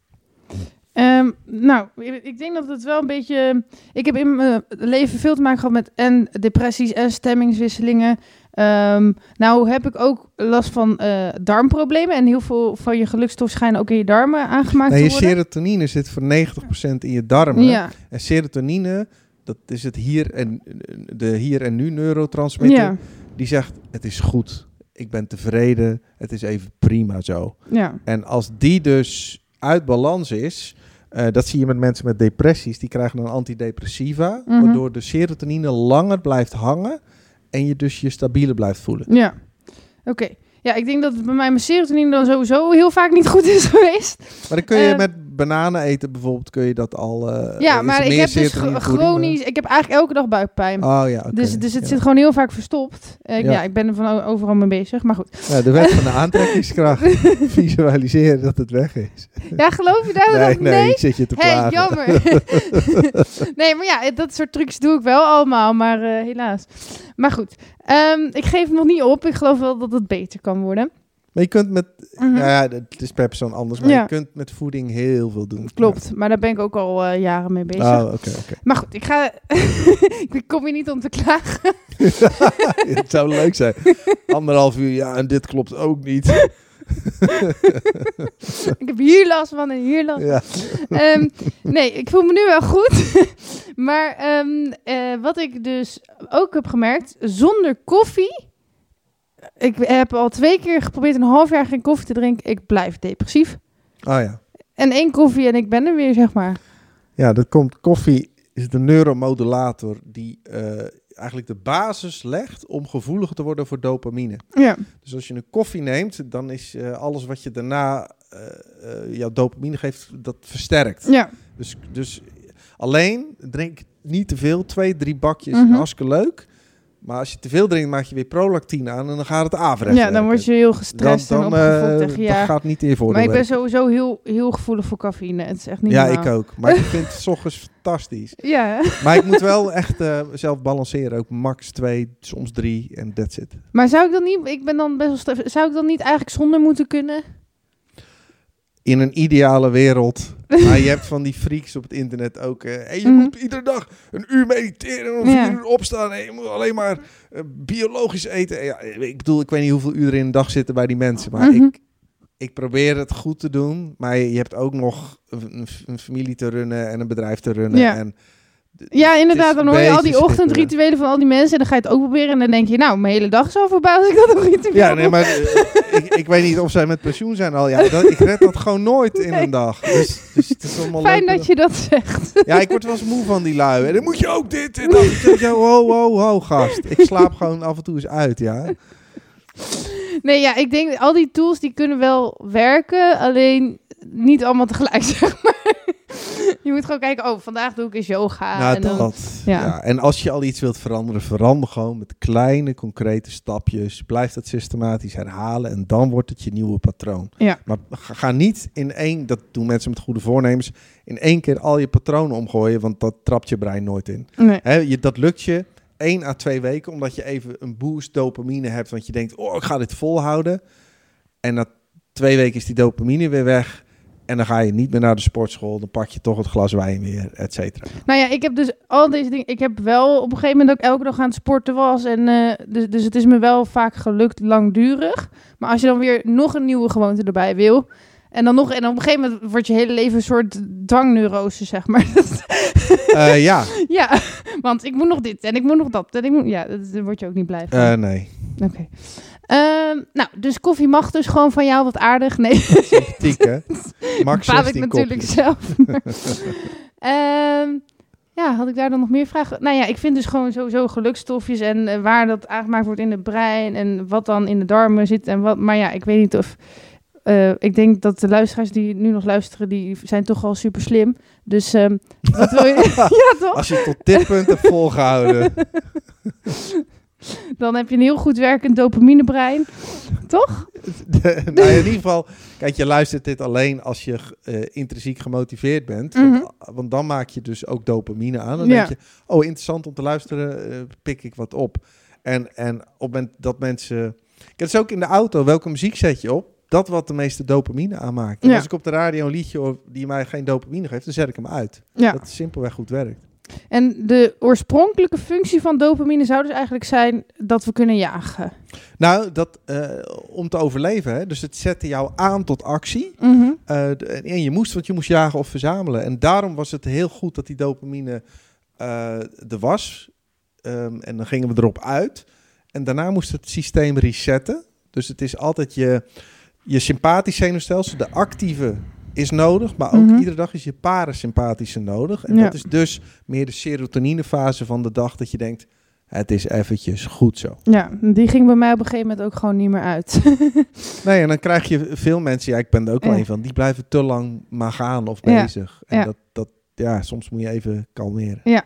Um, nou, ik denk dat het wel een beetje... Ik heb in mijn leven veel te maken gehad met en depressies en stemmingswisselingen. Um, nou heb ik ook last van uh, darmproblemen. En heel veel van je gelukstof schijnen ook in je darmen aangemaakt nee, te je worden. serotonine zit voor negentig procent in je darmen. Ja. En serotonine, dat is het hier en, de hier en nu neurotransmitter. Ja. Die zegt, het is goed. Ik ben tevreden. Het is even prima zo. Ja. En als die dus uit balans is... Uh, dat zie je met mensen met depressies. Die krijgen dan antidepressiva. Mm-hmm. Waardoor de serotonine langer blijft hangen. En je dus je stabieler blijft voelen. Ja, oké. Okay. Ja, ik denk dat het bij mij mijn serotonine dan sowieso heel vaak niet goed is geweest. Maar dan kun je uh, met bananen eten bijvoorbeeld, kun je dat al... Uh, ja, maar ik heb dus chronisch... Ik heb eigenlijk elke dag buikpijn. Oh ja, okay, Dus, dus het ja. zit gewoon heel vaak verstopt. Uh, ja. ja, ik ben er van overal mee bezig, maar goed. Ja, de wet van de aantrekkingskracht. Visualiseren dat het weg is. Ja, geloof je daar? Nee, dat? nee, ik zit je te plagen. Hey, jammer. Nee, maar ja, dat soort trucs doe ik wel allemaal, maar uh, helaas. Maar goed, um, ik geef het nog niet op. Ik geloof wel dat het beter kan worden. Maar je kunt met... Mm-hmm. Nou ja, het is per persoon anders. Maar ja. je kunt met voeding heel veel doen. Klopt, ja. maar daar ben ik ook al uh, jaren mee bezig. Oh, oké, okay, oké. Okay. Maar goed, ik ga... ik kom hier niet om te klagen. Het zou leuk zijn. Anderhalf uur, ja, en dit klopt ook niet. Ik heb hier last van en hier last ja. um, Nee, ik voel me nu wel goed. Maar um, uh, wat ik dus ook heb gemerkt, zonder koffie... Ik heb al twee keer geprobeerd een half jaar geen koffie te drinken. Ik blijf depressief. Oh ja. En één koffie en ik ben er weer, zeg maar. Ja, dat komt. Koffie is de neuromodulator die uh, eigenlijk de basis legt om gevoeliger te worden voor dopamine. Ja. Dus als je een koffie neemt, dan is uh, alles wat je daarna uh, uh, jouw dopamine geeft, dat versterkt. Ja. Dus, dus alleen drink niet te veel. Twee, drie bakjes, Mm-hmm. hartstikke leuk. Maar als je te veel drinkt, maak je weer prolactine aan en dan gaat het averechts Ja, dan werken. word je heel gestrest dan, en dan, opgefokt. uh, Tegen, ja. Dat gaat niet in je voordeel Maar ik ben werken. sowieso heel, heel gevoelig voor cafeïne. Het is echt niet Ja, normaal. ik ook. Maar ik vind het 's ochtends fantastisch. Ja, Maar ik moet wel echt uh, zelf balanceren. Ook max twee, soms drie en that's it. maar zou ik dan niet... Ik ben dan best wel stress. Zou ik dan niet eigenlijk zonder moeten kunnen? In een ideale wereld. Maar je hebt van die freaks op het internet ook. Uh, hey, je Mhm. moet iedere dag een uur mediteren. Of Ja. vier uur opstaan. En je moet alleen maar uh, biologisch eten. Ja, ik bedoel, ik weet niet hoeveel uren in een dag zitten bij die mensen. Maar Mhm. ik, ik probeer het goed te doen. Maar je hebt ook nog een, een familie te runnen en een bedrijf te runnen. Ja. En Ja, inderdaad. Dan hoor je al die beetje ochtendrituelen van al die mensen. En dan ga je het ook proberen. En dan denk je, nou, mijn hele dag is al voorbij als ik dat nog ritueel Ja, nee, maar uh, ik, ik weet niet of zij met pensioen zijn al. Ja, dat, ik red dat gewoon nooit in Nee. een dag. Dus, dus het is allemaal Fijn leuk. dat je dat zegt. Ja, ik word wel eens moe van die lui. En dan moet je ook dit en dat. Ik zeg, ho, ho, ho, gast. Ik slaap gewoon af en toe eens uit, ja. Nee, ja, ik denk al die tools die kunnen wel werken. Alleen niet allemaal tegelijk, zeg maar. Je moet gewoon kijken, oh, vandaag doe ik eens yoga. Nou, en dan, dat. ja. Ja. En als je al iets wilt veranderen, verander gewoon met kleine, concrete stapjes. Blijf dat systematisch herhalen en dan wordt het je nieuwe patroon. Ja. Maar ga, ga niet in één, dat doen mensen met goede voornemens, in één keer al je patronen omgooien, want dat trapt je brein nooit in. Nee. Hè, je, dat lukt je één à twee weken, omdat je even een boost dopamine hebt, want je denkt, oh, ik ga dit volhouden. En na twee weken is die dopamine weer weg. En dan ga je niet meer naar de sportschool. Dan pak je toch het glas wijn weer, et cetera. Nou ja, ik heb dus al deze dingen... Ik heb wel op een gegeven moment ook elke dag aan het sporten was. En, uh, dus, dus het is me wel vaak gelukt langdurig. Maar als je dan weer nog een nieuwe gewoonte erbij wil... En dan nog... En op een gegeven moment wordt je hele leven een soort dwangneurose, zeg maar. Uh, ja. Ja, want ik moet nog dit en ik moet nog dat. En ik moet, ja, daar word je ook niet blij van. Uh, nee. Oké. Okay. Um, nou, dus koffie mag dus gewoon van jou wat aardig. Nee. Sympathiek, hè? Max bepaal ik natuurlijk kopjes. zelf. um, ja, had ik daar dan nog meer vragen? Nou ja, ik vind dus gewoon sowieso gelukstofjes en uh, waar dat aangemaakt wordt in het brein en wat dan in de darmen zit en wat. Maar ja, ik weet niet of... Uh, ik denk dat de luisteraars die nu nog luisteren, die zijn toch al super slim. Dus um, wat wil je? Ja, toch? Als je tot dit punt hebt volgehouden. Dan heb je een heel goed werkend dopaminebrein. Toch? De, nou, in ieder geval, kijk, je luistert dit alleen als je uh, intrinsiek gemotiveerd bent. Mm-hmm. Want, want dan maak je dus ook dopamine aan. Dan Ja. denk je, oh, interessant om te luisteren, uh, pik ik wat op. En, en op het moment dat mensen... Kijk, het is ook in de auto, welke muziek zet je op? Dat wat de meeste dopamine aanmaakt. En Ja. als ik op de radio een liedje hoor die mij geen dopamine geeft, dan zet ik hem uit. Ja. Dat het simpelweg goed werkt. En de oorspronkelijke functie van dopamine zou dus eigenlijk zijn dat we kunnen jagen. Nou, dat uh, om te overleven. Hè? Dus het zette jou aan tot actie. Mm-hmm. Uh, de, en je moest, want je moest jagen of verzamelen. En daarom was het heel goed dat die dopamine uh, er was. Um, en dan gingen we erop uit. En daarna moest het systeem resetten. Dus het is altijd je, je sympathisch zenuwstelsel, de actieve is nodig, maar ook Mm-hmm. iedere dag is je parasympathische nodig. En Ja. dat is dus meer de serotoninefase van de dag dat je denkt, het is eventjes goed zo. Ja, die ging bij mij op een gegeven moment ook gewoon niet meer uit. Nee, en dan krijg je veel mensen, ja, ik ben er ook wel Ja. een van, die blijven te lang maar gaan of Ja. bezig. En Ja. dat, dat, ja, soms moet je even kalmeren. Ja.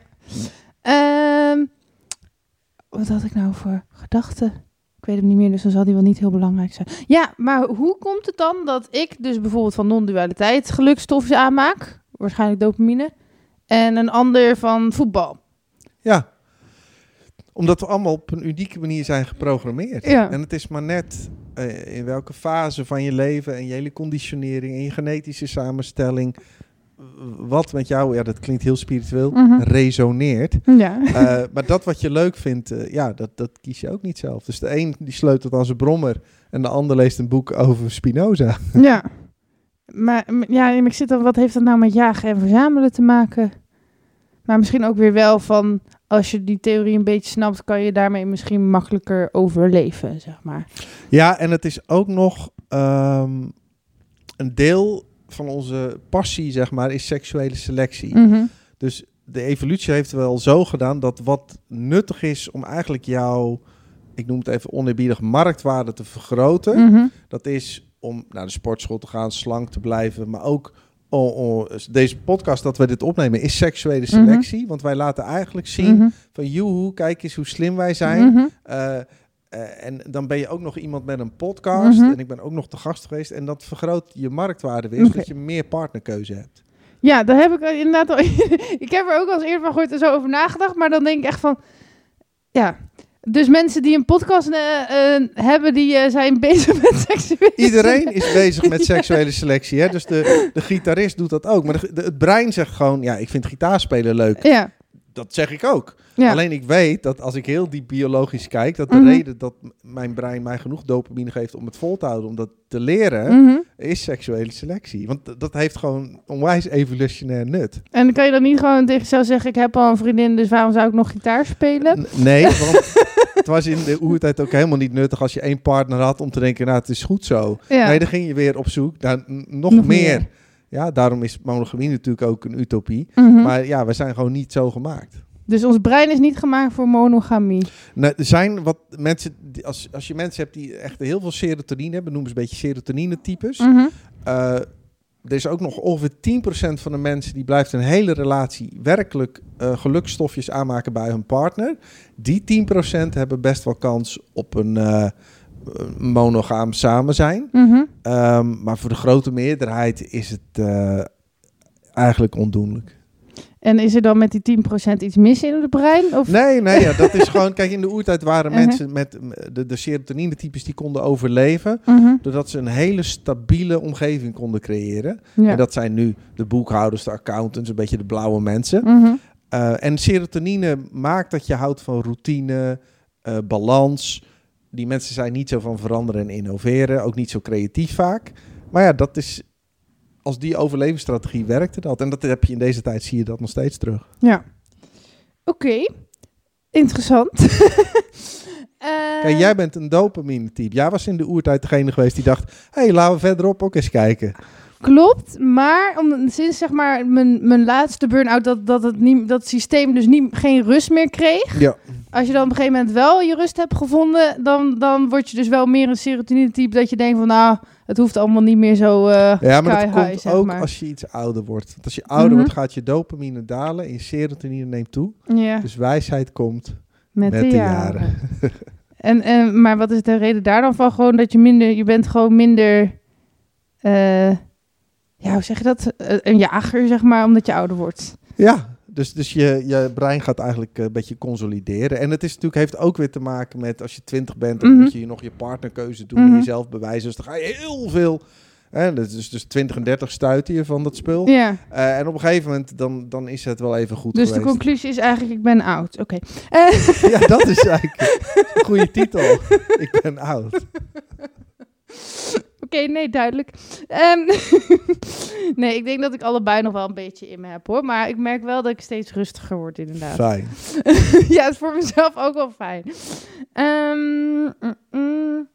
Um, wat had ik nou voor gedachten? Ik weet het niet meer, dus dan zal die wel niet heel belangrijk zijn. Ja, maar hoe komt het dan dat ik dus bijvoorbeeld van non-dualiteit gelukstofjes aanmaak? Waarschijnlijk dopamine. En een ander van voetbal. Ja, omdat we allemaal op een unieke manier zijn geprogrammeerd. Ja. En het is maar net uh, in welke fase van je leven en je hele conditionering en je genetische samenstelling, wat met jou, ja, dat klinkt heel spiritueel, Mm-hmm. resoneert. Ja. Uh, maar dat wat je leuk vindt, uh, ja, dat, dat kies je ook niet zelf. Dus de een die sleutelt aan zijn brommer en de ander leest een boek over Spinoza. Ja. Maar ja, ik zit dan, wat heeft dat nou met jagen en verzamelen te maken? Maar misschien ook weer wel van, als je die theorie een beetje snapt, kan je daarmee misschien makkelijker overleven, zeg maar. Ja, en het is ook nog um, een deel van onze passie, zeg maar, is seksuele selectie. Mm-hmm. Dus de evolutie heeft wel zo gedaan dat wat nuttig is om eigenlijk jouw, ik noem het even oneerbiedig, marktwaarde te vergroten. Mm-hmm. Dat is om naar de sportschool te gaan, slank te blijven, maar ook oh, oh, deze podcast dat we dit opnemen is seksuele selectie. Mm-hmm. Want wij laten eigenlijk zien mm-hmm. van joehoe, kijk eens hoe slim wij zijn. Mm-hmm. Uh, Uh, en dan ben je ook nog iemand met een podcast. Mm-hmm. En ik ben ook nog te gast geweest. En dat vergroot je marktwaarde weer, okay. zodat je meer partnerkeuze hebt. Ja, daar heb ik inderdaad al... ik heb er ook al eens eerder van gehoord en zo over nagedacht. Maar dan denk ik echt van... Ja, dus mensen die een podcast uh, uh, hebben, die uh, zijn bezig met seksuele Iedereen selectie. is bezig met seksuele selectie. Hè? Dus de, de gitarist doet dat ook. Maar de, de, het brein zegt gewoon... Ja, ik vind gitaarspelen leuk. Ja. Dat zeg ik ook. Ja. Alleen ik weet dat als ik heel diep biologisch kijk... dat de Mm-hmm. reden dat m- mijn brein mij genoeg dopamine geeft om het vol te houden... om dat te leren, Mm-hmm. is seksuele selectie. Want d- dat heeft gewoon onwijs evolutionair nut. En kan je dan niet gewoon tegen jezelf zeggen... ik heb al een vriendin, dus waarom zou ik nog gitaar spelen? N- nee, want het was in de oertijd ook helemaal niet nuttig... als je één partner had om te denken, nou, het is goed zo. Ja. Nee, dan ging je weer op zoek naar n- nog, nog meer. meer. Ja, daarom is monogamie natuurlijk ook een utopie. Mm-hmm. Maar ja, we zijn gewoon niet zo gemaakt. Dus ons brein is niet gemaakt voor monogamie. Nou, er zijn wat mensen, die, als, als je mensen hebt die echt heel veel serotonine hebben, noemen ze een beetje serotonine-types. Mm-hmm. Uh, er is ook nog ongeveer tien procent van de mensen die blijft een hele relatie werkelijk uh, gelukstofjes aanmaken bij hun partner. Die tien procent hebben best wel kans op een uh, monogaam samen zijn. Mm-hmm. Um, maar voor de grote meerderheid is het uh, eigenlijk ondoenlijk. En is er dan met die tien procent iets mis in het brein? Of? Nee, nee, ja, dat is gewoon... Kijk, in de oertijd waren Uh-huh. mensen met de, de serotonine-types die konden overleven... Mm-hmm. doordat ze een hele stabiele omgeving konden creëren. Ja. En dat zijn nu de boekhouders, de accountants, een beetje de blauwe mensen. Mm-hmm. Uh, en serotonine maakt dat je houdt van routine, uh, balans. Die mensen zijn niet zo van veranderen en innoveren. Ook niet zo creatief vaak. Maar ja, dat is... Als die overlevingsstrategie werkte dat. En dat heb je in deze tijd, zie je dat nog steeds terug. Ja. Oké. Okay. Interessant. uh... Kijk, jij bent een dopamine-type. Jij was in de oertijd degene geweest die dacht... hé, hey, laten we verderop ook eens kijken. Klopt, maar om, sinds zeg maar mijn, mijn laatste burn-out... dat, dat, het niet, dat systeem dus niet, geen rust meer kreeg... Ja. Als je dan op een gegeven moment wel je rust hebt gevonden... dan, dan word je dus wel meer een serotonine-type... dat je denkt van nou, het hoeft allemaal niet meer zo uh, ja, maar dat high, komt zeg ook maar. als je iets ouder wordt. Want als je ouder Mm-hmm. wordt, gaat je dopamine dalen... en je serotonine neemt toe. Ja. Dus wijsheid komt met, met de, de jaren. jaren. en, en, maar wat is de reden daar dan van? Gewoon dat je minder... Je bent gewoon minder... Uh, ja, hoe zeg je dat? Uh, een jager, zeg maar, omdat je ouder wordt. Ja, dus, dus je, je brein gaat eigenlijk een beetje consolideren. En het is natuurlijk, heeft ook weer te maken met... als je twintig bent, dan Mm-hmm. moet je nog je partnerkeuze doen... Mm-hmm. en jezelf bewijzen. Dus dan ga je heel veel... Hè, dus, dus twintig en dertig stuiten je van dat spul. Ja. Uh, en op een gegeven moment, dan, dan is het wel even goed dus geweest. de conclusie is eigenlijk, ik ben oud. Oké. Okay. Uh. Ja, dat is eigenlijk een goede titel. Ik ben oud. Oké, okay, nee, duidelijk. Um, nee, ik denk dat ik allebei nog wel een beetje in me heb, hoor. Maar ik merk wel dat ik steeds rustiger word, inderdaad. Fijn. Ja, het is voor mezelf ook wel fijn. Um, mm, mm.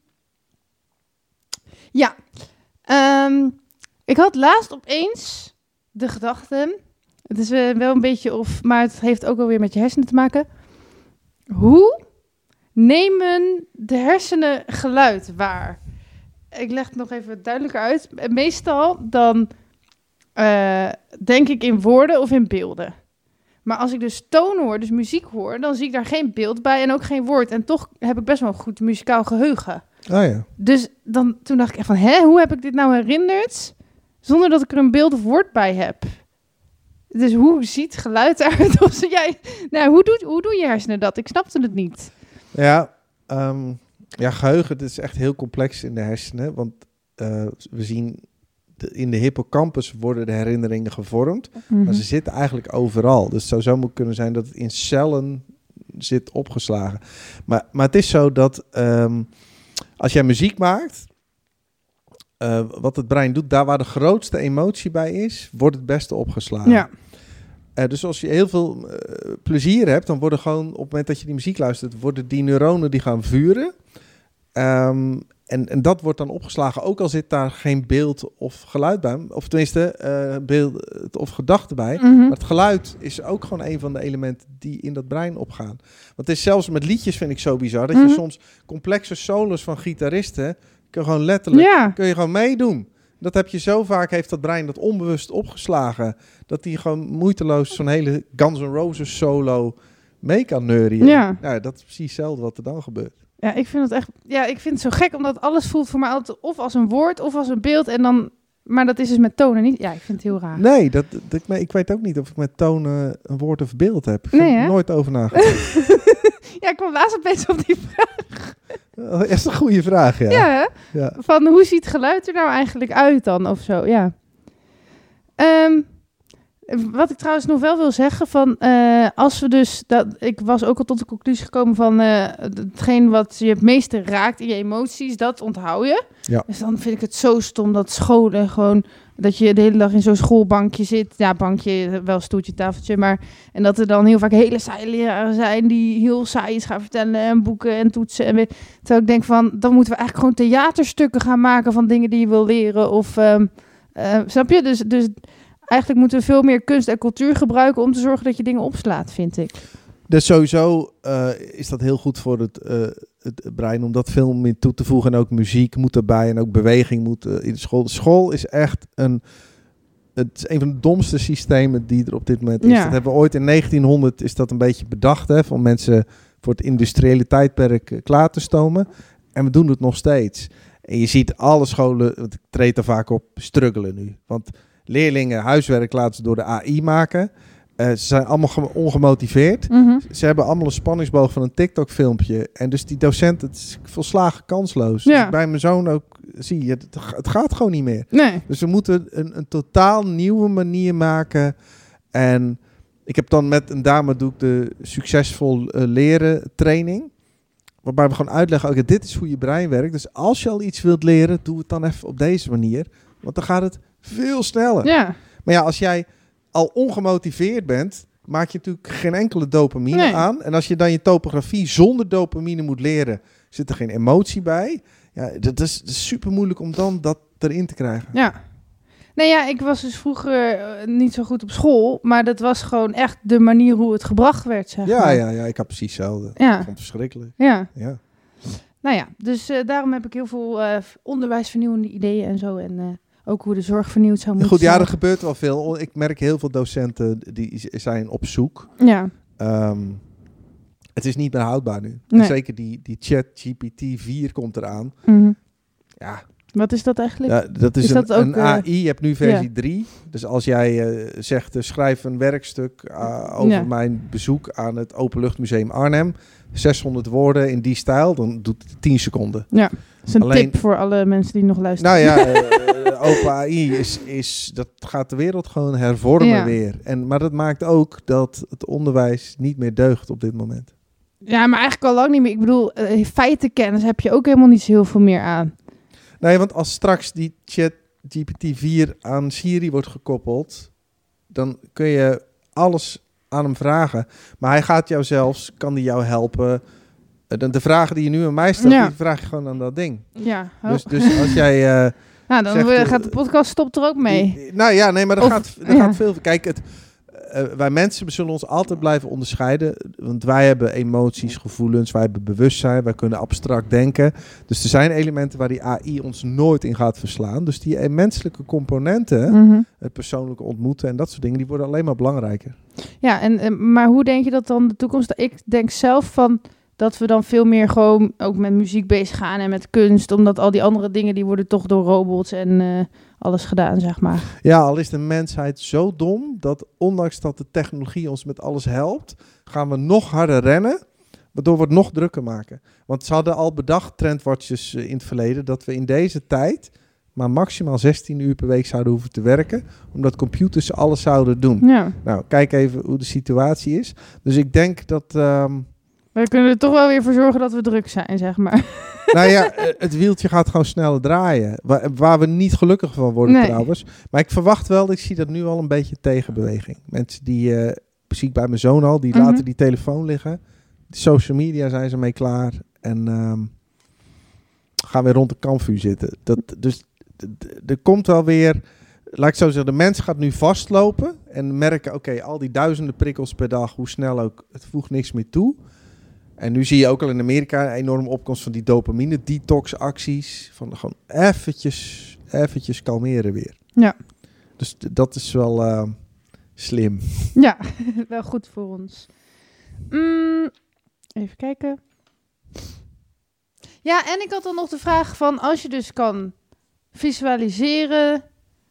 Ja. Um, ik had laatst opeens de gedachte... Het is uh, wel een beetje of... Maar het heeft ook wel weer met je hersenen te maken. Hoe nemen de hersenen geluid waar? Ik leg het nog even duidelijker uit. Meestal dan uh, denk ik in woorden of in beelden. Maar als ik dus toon hoor, dus muziek hoor... dan zie ik daar geen beeld bij en ook geen woord. En toch heb ik best wel een goed muzikaal geheugen. Oh ja. Dus dan, toen dacht ik echt van... hè, hoe heb ik dit nou herinnerd... zonder dat ik er een beeld of woord bij heb? Dus hoe ziet geluid eruit? Of jij, nou, hoe, doet, hoe doen je hersenen dat? Ik snapte het niet. Ja, um, ja, geheugen, dat is echt heel complex in de hersenen. Want uh, we zien... De, in de hippocampus worden de herinneringen gevormd. Mm-hmm. Maar ze zitten eigenlijk overal. Dus het zou zo moeten kunnen zijn dat het in cellen zit opgeslagen. Maar, maar het is zo dat... Um, als jij muziek maakt... Uh, wat het brein doet, daar waar de grootste emotie bij is... wordt het beste opgeslagen. Ja. Uh, dus als je heel veel uh, plezier hebt... dan worden gewoon, op het moment dat je die muziek luistert... worden die neuronen die gaan vuren... Um, En, en dat wordt dan opgeslagen, ook al zit daar geen beeld of geluid bij. Of tenminste, uh, beeld of gedachte bij. Mm-hmm. Maar het geluid is ook gewoon een van de elementen die in dat brein opgaan. Want het is zelfs met liedjes, vind ik zo bizar, dat mm-hmm. je soms complexe solos van gitaristen... kun je gewoon letterlijk, ja. kun je gewoon meedoen. Dat heb je zo vaak, heeft dat brein dat onbewust opgeslagen, dat hij gewoon moeiteloos zo'n hele Guns N' Roses solo mee kan neurien. Ja. Ja, dat is precies hetzelfde wat er dan gebeurt. Ja, ik vind het echt... Ja, ik vind het zo gek, omdat alles voelt voor mij altijd of als een woord of als een beeld. En dan... Maar dat is dus met tonen niet... Ja, ik vind het heel raar. Nee, dat, dat, ik, ik weet ook niet of ik met tonen een woord of beeld heb. Ik heb Nee, er hè? nooit over nagedacht. Ja, ik kwam laatst opeens op die vraag. Dat is een goede vraag, ja. Ja, hè? Ja. Van hoe ziet geluid er nou eigenlijk uit dan, of zo, ja. Ehm, wat ik trouwens nog wel wil zeggen, van uh, als we dus... Dat, ik was ook al tot de conclusie gekomen van... Uh, hetgeen wat je het meeste raakt in je emoties, dat onthoud je. Ja. Dus dan vind ik het zo stom dat scholen gewoon... Dat je de hele dag in zo'n schoolbankje zit. Ja, bankje, wel stoeltje, tafeltje. Maar, en dat er dan heel vaak hele saaie leraren zijn... die heel saai iets gaan vertellen en boeken en toetsen. En weet, terwijl ik denk van... dan moeten we eigenlijk gewoon theaterstukken gaan maken... van dingen die je wil leren. Of, um, uh, snap je? Dus, dus eigenlijk moeten we veel meer kunst en cultuur gebruiken... om te zorgen dat je dingen opslaat, vind ik. Dus sowieso uh, is dat heel goed voor het, uh, het brein om dat veel meer toe te voegen. En ook muziek moet erbij en ook beweging moet uh, in de school. De school is echt een, het is een van de domste systemen die er op dit moment is. Ja. Dat hebben we ooit in negentienhonderd is dat een beetje bedacht, hè, om mensen voor het industriële tijdperk uh, klaar te stomen. En we doen het nog steeds. En je ziet alle scholen, want ik treed er vaak op, struggelen nu. Want leerlingen huiswerk laten ze door de A I maken... Uh, ze zijn allemaal ge- ongemotiveerd. Mm-hmm. Ze hebben allemaal een spanningsboog van een TikTok-filmpje. En dus die docent, het is volslagen kansloos. Ja. Dus bij mijn zoon ook zie je, het, het gaat gewoon niet meer. Nee. Dus we moeten een, een totaal nieuwe manier maken. En ik heb dan met een dame doe ik de succesvol uh, leren training. Waarbij we gewoon uitleggen, oké, dit is hoe je brein werkt. Dus als je al iets wilt leren, doe het dan even op deze manier. Want dan gaat het veel sneller. Ja. Maar ja, als jij al ongemotiveerd bent, maak je natuurlijk geen enkele dopamine Nee. aan. En als je dan je topografie zonder dopamine moet leren, zit er geen emotie bij. Ja, dat is, dat is super moeilijk om dan dat erin te krijgen. Ja. Nee, ja, ik was dus vroeger uh, niet zo goed op school, maar dat was gewoon echt de manier hoe het gebracht werd, zeg Ja, maar. ja, ja, ik had precies hetzelfde. Ja. Ik vond het verschrikkelijk. Ja. Ja. Nou ja, dus uh, daarom heb ik heel veel uh, onderwijsvernieuwende ideeën en zo. En uh, ook hoe de zorg vernieuwd zou moeten Goed, ja, zijn. er gebeurt wel veel. Ik merk heel veel docenten die zijn op zoek. Ja. Um, het is niet meer houdbaar nu. Nee. En zeker die, die chat G P T vier komt eraan. Mm-hmm. Ja. Wat is dat eigenlijk? Ja, dat is, Is een, dat ook, een A I. Je hebt nu versie ja. drie. Dus als jij uh, zegt, uh, schrijf een werkstuk uh, over Ja. mijn bezoek aan het Openluchtmuseum Arnhem. zeshonderd woorden in die stijl. Dan doet het tien seconden. Ja, dat is een Alleen- tip voor alle mensen die nog luisteren. Nou ja, uh, Open A I is, is, dat gaat de wereld gewoon hervormen Ja. weer. En, maar dat maakt ook dat het onderwijs niet meer deugt op dit moment. Ja, maar eigenlijk al lang niet meer. Ik bedoel, uh, feitenkennis heb je ook helemaal niet zo heel veel meer aan. Nee, want als straks die chat G P T vier aan Siri wordt gekoppeld, dan kun je alles aan hem vragen. Maar hij gaat jou zelfs, kan die jou helpen. De, de vragen die je nu aan mij stelt, Ja. die vraag je gewoon aan dat ding. Ja. Oh. Dus, dus als jij... Uh, nou, dan zegt, uh, uh, gaat de podcast stopt er ook mee. die- nou ja, nee, maar er, Of- gaat, er ja. gaat veel... Kijk, het, uh, wij mensen zullen ons altijd blijven onderscheiden. Want wij hebben emoties, gevoelens, wij hebben bewustzijn, wij kunnen abstract denken. Dus er zijn elementen waar die A I ons nooit in gaat verslaan. Dus die uh, menselijke componenten, Mm-hmm. het persoonlijke ontmoeten en dat soort dingen, die worden alleen maar belangrijker. Ja, en, uh, maar hoe denk je dat dan de toekomst... Ik denk zelf van dat we dan veel meer gewoon ook met muziek bezig gaan en met kunst. Omdat al die andere dingen, die worden toch door robots en uh, alles gedaan, zeg maar. Ja, al is de mensheid zo dom dat ondanks dat de technologie ons met alles helpt, gaan we nog harder rennen, waardoor we het nog drukker maken. Want ze hadden al bedacht, trendwatchers uh, in het verleden, dat we in deze tijd maar maximaal zestien uur per week zouden hoeven te werken, omdat computers alles zouden doen. Ja. Nou, kijk even hoe de situatie is. Dus ik denk dat... Um, We kunnen er toch wel weer voor zorgen dat we druk zijn, zeg maar. nou ja, uh, het wieltje gaat gewoon sneller draaien. Waar, waar we niet gelukkig van worden Nee. trouwens. Maar ik verwacht wel, ik zie dat nu al een beetje tegenbeweging. Mensen die, uh, zie ik bij mijn zoon al, die Mhm. laten die telefoon liggen. De social media zijn ze mee klaar. En um, gaan weer rond de kampvuur zitten. Dat, dus d- d- er komt wel weer... Laat ik zo zeggen, de mens gaat nu vastlopen. En merken, oké, okay, al die duizenden prikkels per dag, hoe snel ook, het voegt niks meer toe. En nu zie je ook al in Amerika een enorme opkomst van die dopamine detox acties. Van gewoon eventjes eventjes kalmeren weer. Ja. Dus d- dat is wel uh, slim. Ja, wel goed voor ons. Mm, even kijken. Ja, en ik had dan nog de vraag van, als je dus kan visualiseren...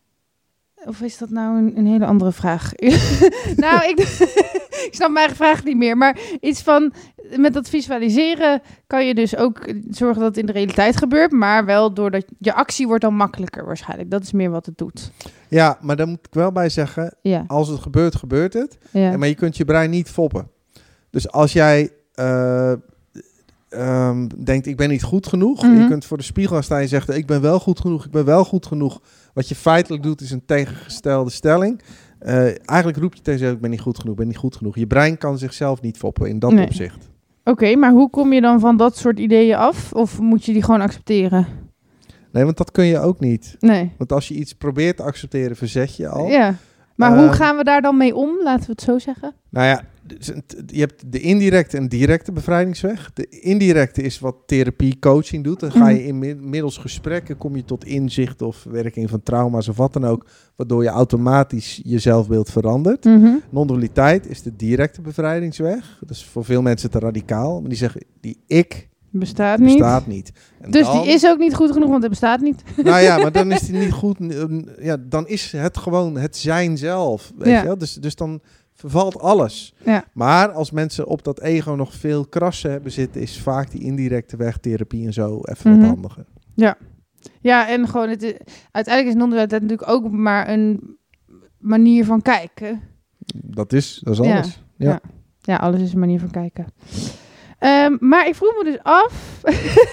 Of is dat nou een, een hele andere vraag? nou, ik, ik snap mijn eigen vraag niet meer. Maar iets van, met dat visualiseren kan je dus ook zorgen dat het in de realiteit gebeurt. Maar wel doordat je actie wordt dan makkelijker waarschijnlijk. Dat is meer wat het doet. Ja, maar daar moet ik wel bij zeggen, Ja. als het gebeurt, gebeurt het. Ja. Maar je kunt je brein niet foppen. Dus als jij uh, um, denkt, ik ben niet goed genoeg. Mm-hmm. Je kunt voor de spiegel gaan staan en je zegt, ik ben wel goed genoeg, ik ben wel goed genoeg. Wat je feitelijk doet, is een tegengestelde stelling. Uh, eigenlijk roep je tegen jezelf, ik ben niet goed genoeg, ik ben niet goed genoeg. Je brein kan zichzelf niet foppen in dat Nee. opzicht. Oké, okay, maar hoe kom je dan van dat soort ideeën af? Of moet je die gewoon accepteren? Nee, want dat kun je ook niet. Nee. Want als je iets probeert te accepteren, verzet je al. Ja, maar Uh, hoe gaan we daar dan mee om? Laten we het zo zeggen. Nou ja, je hebt de indirecte en directe bevrijdingsweg. De indirecte is wat therapie, coaching doet. Dan ga je in middels gesprekken, kom je tot inzicht of werking van trauma's of wat dan ook, waardoor je automatisch je zelfbeeld verandert. Mm-hmm. Non-dualiteit is de directe bevrijdingsweg. Dat is voor veel mensen te radicaal. Maar die zeggen, die ik Bestaat niet. bestaat niet. En Dus dan, die is ook niet goed genoeg, want het bestaat niet. nou ja, maar dan is die niet goed. Ja, dan is het gewoon het zijn zelf. Weet Ja. je wel? Dus, dus dan vervalt alles. Ja. Maar als mensen op dat ego nog veel krassen hebben zitten, is vaak die indirecte weg, therapie en zo, even Mhm. wat handiger. Ja. Ja, en gewoon, het is, uiteindelijk is non-dualiteit natuurlijk ook maar een manier van kijken. Dat is, dat is Ja. alles. Ja. Ja. Ja, alles is een manier van kijken. Um, maar ik vroeg me dus af...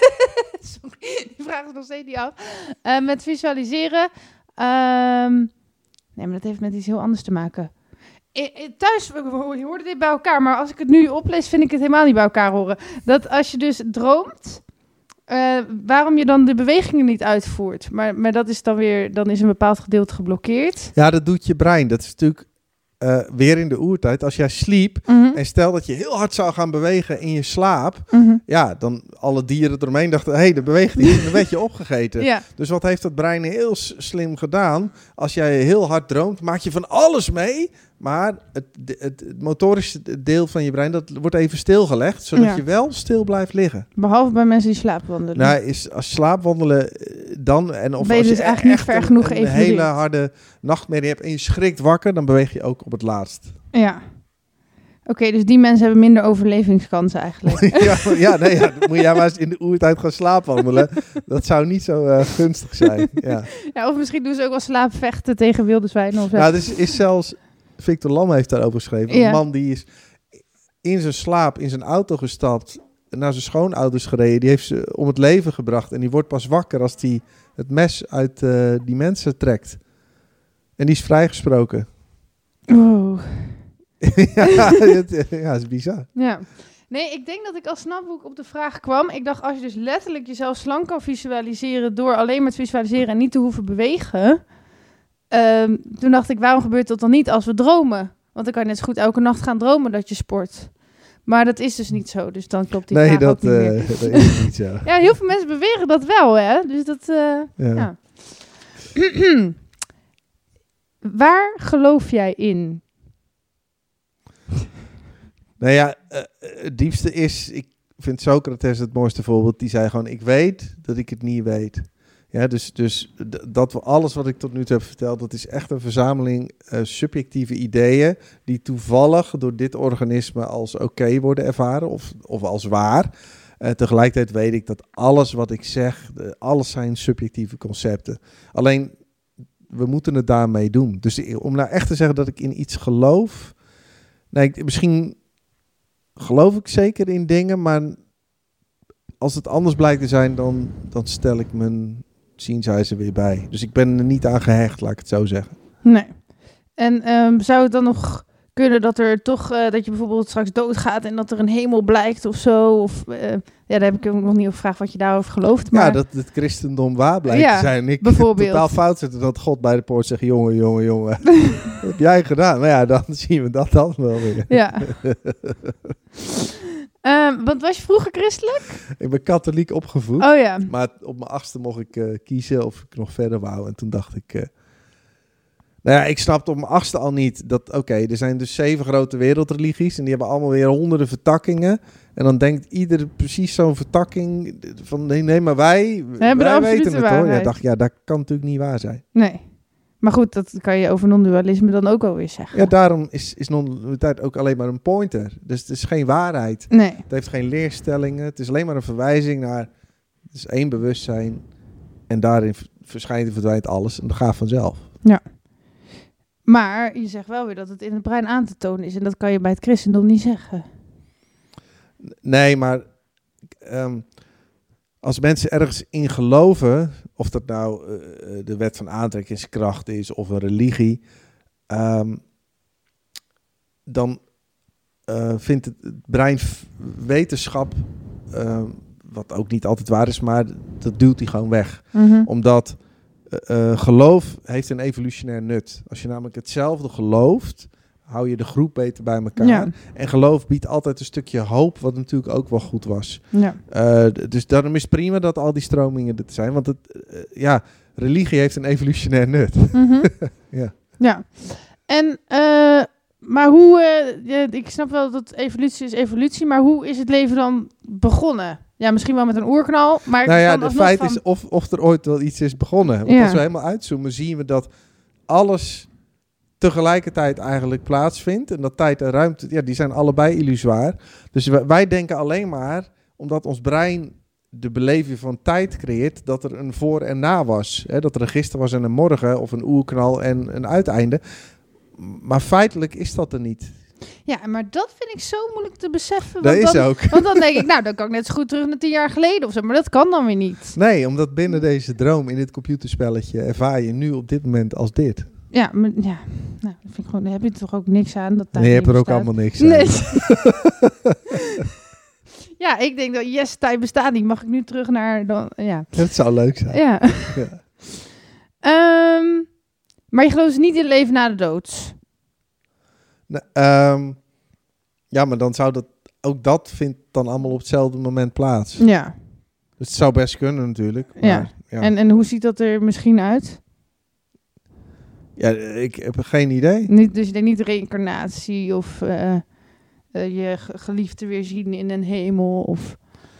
Sorry, die vraag is nog steeds niet af. Uh, met visualiseren... Um, nee, maar dat heeft met iets heel anders te maken. I, I, thuis, je hoorde dit bij elkaar, maar als ik het nu oplees, vind ik het helemaal niet bij elkaar horen. Dat als je dus droomt, uh, waarom je dan de bewegingen niet uitvoert. Maar, maar dat is dan weer, dan is een bepaald gedeelte geblokkeerd. Ja, dat doet je brein. Dat is natuurlijk uh, weer in de oertijd. Als jij sliep Mm-hmm. en stel dat je heel hard zou gaan bewegen in je slaap, Mm-hmm. ja, dan alle dieren eromheen dachten, hé, hey, dat beweegt niet, dan werd je opgegeten. Ja. Dus wat heeft dat brein heel s- slim gedaan? Als jij heel hard droomt, maak je van alles mee. Maar het, het, het motorische deel van je brein, dat wordt even stilgelegd. Zodat Ja. je wel stil blijft liggen. Behalve bij mensen die slaapwandelen. Nou, is als slaapwandelen eh, dan... En of Ben je als dus je eigenlijk niet echt ver een, genoeg een geëvalueerd. hele harde nachtmerrie hebt en je schrikt wakker, dan beweeg je ook op het laatst. Ja. Oké, okay, dus die mensen hebben minder overlevingskansen eigenlijk. ja, ja, nee, ja, dan moet jij maar eens in de oertijd gaan slaapwandelen. Dat zou niet zo uh, gunstig zijn. Ja. Ja, of misschien doen ze ook wel slaapvechten tegen wilde zwijnen of zo. Nou, dus is zelfs... Victor Lam heeft daarover geschreven. Een Ja. man die is in zijn slaap in zijn auto gestapt, naar zijn schoonouders gereden. Die heeft ze om het leven gebracht. En die wordt pas wakker als hij het mes uit uh, die mensen trekt. En die is vrijgesproken. Oh. ja, het, ja, het is bizar. Ja. Nee, ik denk dat ik al snap hoe ik op de vraag kwam. Ik dacht, als je dus letterlijk jezelf slank kan visualiseren door alleen maar te visualiseren en niet te hoeven bewegen. Um, toen dacht ik, waarom gebeurt dat dan niet als we dromen? Want dan kan je net zo goed elke nacht gaan dromen dat je sport. Maar dat is dus niet zo, dus dan klopt die nee, vraag dat, ook niet uh, meer. dat is niet zo. Ja, heel veel mensen beweren dat wel, hè? Dus dat, uh, Ja. ja. Waar geloof jij in? Nou ja, uh, het diepste is, ik vind Socrates het mooiste voorbeeld. Die zei gewoon, ik weet dat ik het niet weet. Ja, dus, dus d- dat we alles wat ik tot nu toe heb verteld, dat is echt een verzameling uh, subjectieve ideeën die toevallig door dit organisme als oké okay worden ervaren of, of als waar. Uh, tegelijkertijd weet ik dat alles wat ik zeg, uh, alles zijn subjectieve concepten. Alleen, we moeten het daarmee doen. Dus om nou echt te zeggen dat ik in iets geloof, nee, ik, misschien geloof ik zeker in dingen, maar als het anders blijkt te zijn, dan, dan stel ik mijn zienswijze weer bij. Dus ik ben er niet aan gehecht, laat ik het zo zeggen. Nee. En um, zou het dan nog kunnen dat er toch, uh, dat je bijvoorbeeld straks doodgaat en dat er een hemel blijkt of zo? Of, uh, ja, daar heb ik ook nog niet op gevraagd wat je daarover gelooft. Maar... Ja, dat het christendom waar blijkt ja, te zijn. Ik bijvoorbeeld. totaal fout zit dat God bij de poort zegt, jongen, jongen, jongen. Wat heb jij gedaan? Nou ja, dan zien we dat dan wel weer. Ja. Uh, want was je vroeger christelijk? Ik ben katholiek opgevoed. Oh ja. Maar op mijn achtste mocht ik uh, kiezen of ik nog verder wou. En toen dacht ik... Uh, nou ja, ik snapte op mijn achtste al niet dat... Oké, okay, er zijn dus zeven grote wereldreligies. En die hebben allemaal weer honderden vertakkingen. En dan denkt ieder precies zo'n vertakking van... Nee, nee maar wij, wij weten het hoor. Ja, dacht, ja, dat kan natuurlijk niet waar zijn. Nee. Maar goed, dat kan je over non-dualisme dan ook alweer zeggen. Ja, daarom is, is non-dualiteit ook alleen maar een pointer. Dus het is geen waarheid. Nee. Het heeft geen leerstellingen. Het is alleen maar een verwijzing naar... Het is één bewustzijn. En daarin verschijnt en verdwijnt alles. En dat gaat vanzelf. Ja. Maar je zegt wel weer dat het in het brein aan te tonen is. En dat kan je bij het christendom niet zeggen. Nee, maar... Um, als mensen ergens in geloven, of dat nou uh, de wet van aantrekkingskracht is of een religie, um, dan uh, vindt het brein wetenschap, uh, wat ook niet altijd waar is, maar dat duwt hij gewoon weg. Mm-hmm. Omdat uh, uh, geloof heeft een evolutionair nut. Als je namelijk hetzelfde gelooft, hou je de groep beter bij elkaar. Ja. En geloof biedt altijd een stukje hoop, wat natuurlijk ook wel goed was. Ja. Uh, dus daarom is het prima dat al die stromingen er zijn. Want het, uh, ja, religie heeft een evolutionair nut. Mm-hmm. ja. ja. En, uh, maar hoe... Uh, ja, ik snap wel dat evolutie is evolutie, maar hoe is het leven dan begonnen? Ja, misschien wel met een oerknal, maar... Nou ja, het feit van... is of, of er ooit wel iets is begonnen. Want ja. als we helemaal uitzoomen, zien we dat alles... tegelijkertijd eigenlijk plaatsvindt. En dat tijd en ruimte, ja, die zijn allebei illusoir. Dus wij, wij denken alleen maar, omdat ons brein de beleving van tijd creëert, dat er een voor en na was. Hè? Dat er een gisteren was en een morgen, of een oerknal en een uiteinde. Maar feitelijk is dat er niet. Ja, maar dat vind ik zo moeilijk te beseffen. Dat is dan, ook. Want dan denk ik, nou, dan kan ik net zo goed terug naar tien jaar geleden of zo. Maar dat kan dan weer niet. Nee, omdat binnen deze droom, in dit computerspelletje, ervaar je nu op dit moment als dit. Ja, maar, ja. Nou, dat vind ik gewoon, daar heb je toch ook niks aan. Dat nee, je hebt er ook allemaal niks aan. Nee. Ja, ik denk dat yes, tijd bestaat niet. Mag ik nu terug naar... Dan, ja. Dat zou leuk zijn. Ja. ja. um, maar je gelooft dus niet in het leven na de dood? Nee, um, ja, maar dan zou dat... Ook dat vindt dan allemaal op hetzelfde moment plaats. Ja. Dus het zou best kunnen natuurlijk. Maar, ja. ja. En, en hoe ziet dat er misschien uit? Ja, ik heb geen idee. Niet, dus je denkt niet reïncarnatie of uh, uh, je geliefde weer zien in een hemel of...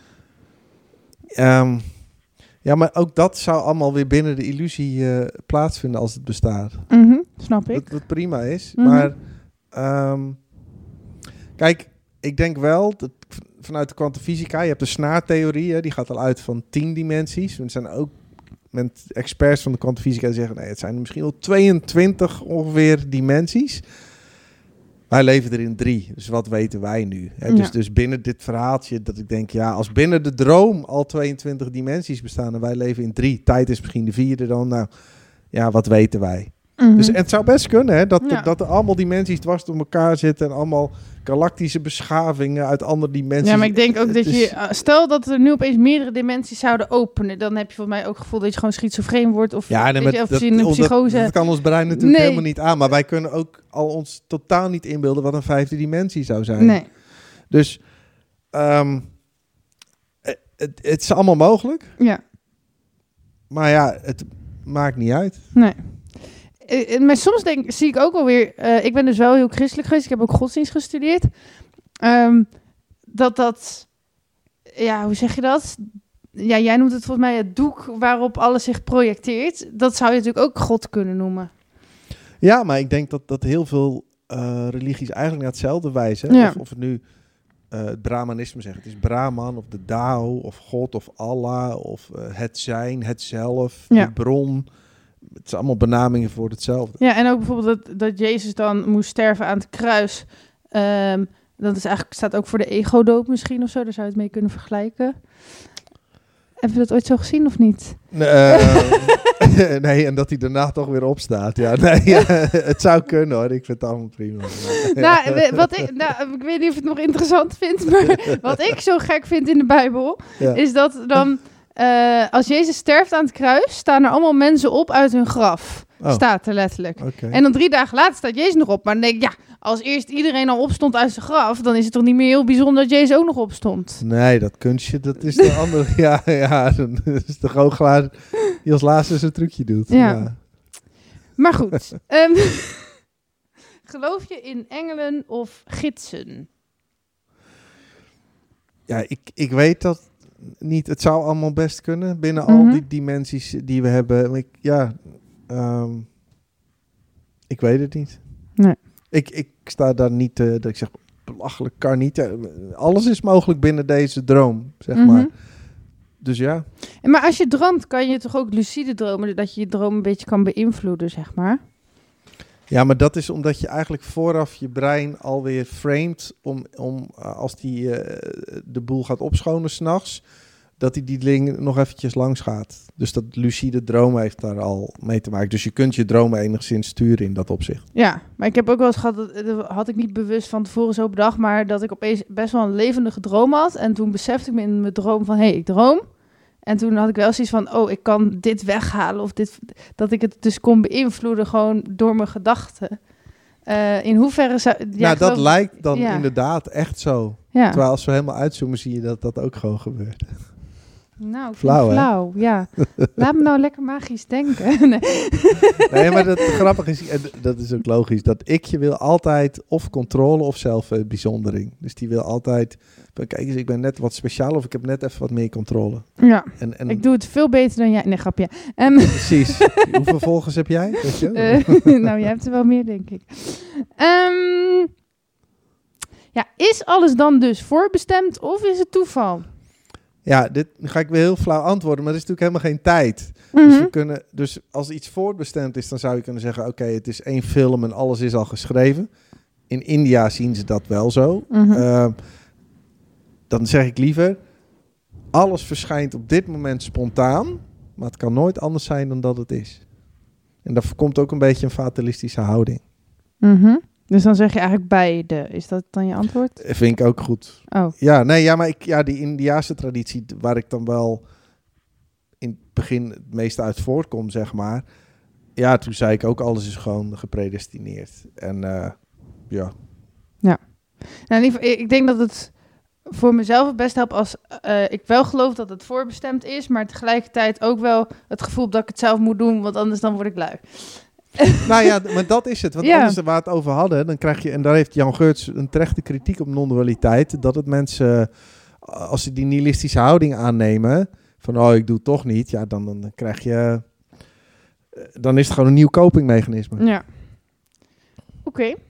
Um, ja, maar ook dat zou allemaal weer binnen de illusie uh, plaatsvinden als het bestaat. Mm-hmm, snap ik. Wat, wat prima is. Mm-hmm. Maar um, kijk, ik denk wel dat vanuit de kwantumfysica, je hebt de snaartheorie, hè, die gaat al uit van tien dimensies. Er zijn ook met experts van de kwantumfysica die zeggen, nee, het zijn er misschien wel tweeëntwintig ongeveer dimensies. Wij leven er in drie, dus wat weten wij nu? Hè? Dus, ja. dus binnen dit verhaaltje, dat ik denk, ja, als binnen de droom al tweeëntwintig dimensies bestaan en wij leven in drie, tijd is misschien de vierde dan, nou, ja, wat weten wij? Mm-hmm. Dus en het zou best kunnen, hè, dat, ja. dat er allemaal dimensies dwars door elkaar zitten en allemaal galactische beschavingen uit andere dimensies. Ja, maar ik denk ook het dat is... je... Stel dat er nu opeens meerdere dimensies zouden openen, dan heb je volgens mij ook het gevoel dat je gewoon schizofreen wordt of, ja, nee, weet je, of dat, in een psychose. Dat, dat kan ons brein natuurlijk nee. helemaal niet aan, maar wij kunnen ook al ons totaal niet inbeelden wat een vijfde dimensie zou zijn. Nee. Dus um, het, het is allemaal mogelijk. Ja. Maar ja, het maakt niet uit. Nee. Uh, maar soms denk, zie ik ook alweer... Uh, ik ben dus wel heel christelijk geweest. Ik heb ook godsdienst gestudeerd. Um, dat dat... Ja, hoe zeg je dat? Ja, jij noemt het volgens mij het doek waarop alles zich projecteert. Dat zou je natuurlijk ook God kunnen noemen. Ja, maar ik denk dat, dat heel veel uh, religies eigenlijk naar hetzelfde wijzen. Ja. Of, of het nu uh, het Brahmanisme zegt. Het is Brahman of de Dao of God of Allah of uh, het zijn, het zelf, ja. de bron... Het is allemaal benamingen voor hetzelfde. Ja, en ook bijvoorbeeld dat, dat Jezus dan moest sterven aan het kruis. Um, dat is eigenlijk, staat ook voor de ego-doop misschien of zo. Daar zou je het mee kunnen vergelijken. Heb je dat ooit zo gezien of niet? Nee, uh, nee, en dat hij daarna toch weer opstaat. Ja, nee, ja, het zou kunnen hoor. Ik vind het allemaal prima. nou, wat ik, nou, ik weet niet of je het nog interessant vindt, maar wat ik zo gek vind in de Bijbel, ja. is dat dan... Uh, als Jezus sterft aan het kruis, staan er allemaal mensen op uit hun graf. Oh. Staat er letterlijk. Okay. En dan drie dagen later staat Jezus nog op. Maar dan denk ik, ja, als eerst iedereen al opstond uit zijn graf, dan is het toch niet meer heel bijzonder dat Jezus ook nog opstond. Nee, dat kunstje, dat is de andere. Ja, ja, dat is de goochelaar die als laatste zijn trucje doet. Ja. Ja. Maar goed. um, geloof je in engelen of gidsen? Ja, ik, ik weet dat niet. Het zou allemaal best kunnen binnen Mm-hmm. al die dimensies die we hebben. Ik, ja, um, ik weet het niet. Nee. Ik, ik sta daar niet, uh, dat ik zeg, belachelijk kan niet. Ja, alles is mogelijk binnen deze droom, zeg Mm-hmm. maar. Dus ja. Maar als je droomt, kan je toch ook lucide dromen, dat je je droom een beetje kan beïnvloeden, zeg maar? Ja, maar dat is omdat je eigenlijk vooraf je brein alweer framed om, om uh, als die uh, de boel gaat opschonen 's nachts, dat hij die ding nog eventjes langs gaat. Dus dat lucide dromen heeft daar al mee te maken. Dus je kunt je dromen enigszins sturen in dat opzicht. Ja, maar ik heb ook wel eens gehad, dat, dat had ik niet bewust van tevoren zo bedacht, maar dat ik opeens best wel een levendige droom had. En toen besefte ik me in mijn droom van, hé, hey, ik droom. En toen had ik wel zoiets van, oh, ik kan dit weghalen. Of dit, dat ik het dus kon beïnvloeden gewoon door mijn gedachten. Uh, in hoeverre zou... Ja, nou, dat geloof, lijkt dan ja. inderdaad echt zo. Ja. Terwijl als we helemaal uitzoomen, zie je dat dat ook gewoon gebeurt. Nou, flauw, flauw, ja. Laat me nou lekker magisch denken. Nee, nee maar dat grappige is, en dat is ook logisch, dat ikje wil altijd of controle of zelfbijzondering. Dus die wil altijd, kijk eens, ik ben net wat speciaal of ik heb net even wat meer controle. Ja, en, en, ik doe het veel beter dan jij. Nee, grapje. Um, Precies. Hoeveel volgers heb jij? Weet je? Uh, nou, jij hebt er wel meer, denk ik. Um, ja, is alles dan dus voorbestemd of is het toeval? Ja, dit ga ik weer heel flauw antwoorden, maar er is natuurlijk helemaal geen tijd. Mm-hmm. Dus, we kunnen, dus als iets voorbestemd is, dan zou je kunnen zeggen, oké, okay, het is één film en alles is al geschreven. In India zien ze dat wel zo. Mm-hmm. Uh, dan zeg ik liever, alles verschijnt op dit moment spontaan, maar het kan nooit anders zijn dan dat het is. En daar komt ook een beetje een fatalistische houding. Mm-hmm. Dus dan zeg je eigenlijk beide. Is dat dan je antwoord? Vind ik ook goed. Oh. Ja, nee, ja, maar ik, ja, die Indiase traditie waar ik dan wel in het begin het meeste uit voortkom, zeg maar. Ja, toen zei ik ook, alles is gewoon gepredestineerd. En uh, ja. Ja. Nou, lief, ik denk dat het voor mezelf het best helpt als uh, ik wel geloof dat het voorbestemd is, maar tegelijkertijd ook wel het gevoel dat ik het zelf moet doen, want anders dan word ik lui. Nou ja, maar dat is het. Want ja. anders waar we het over hadden, dan krijg je, en daar heeft Jan Geurts een terechte kritiek op non-dualiteit, dat het mensen, als ze die nihilistische houding aannemen, van oh, ik doe het toch niet, ja, dan, dan krijg je, dan is het gewoon een nieuw copingmechanisme. Ja. Oké. Okay.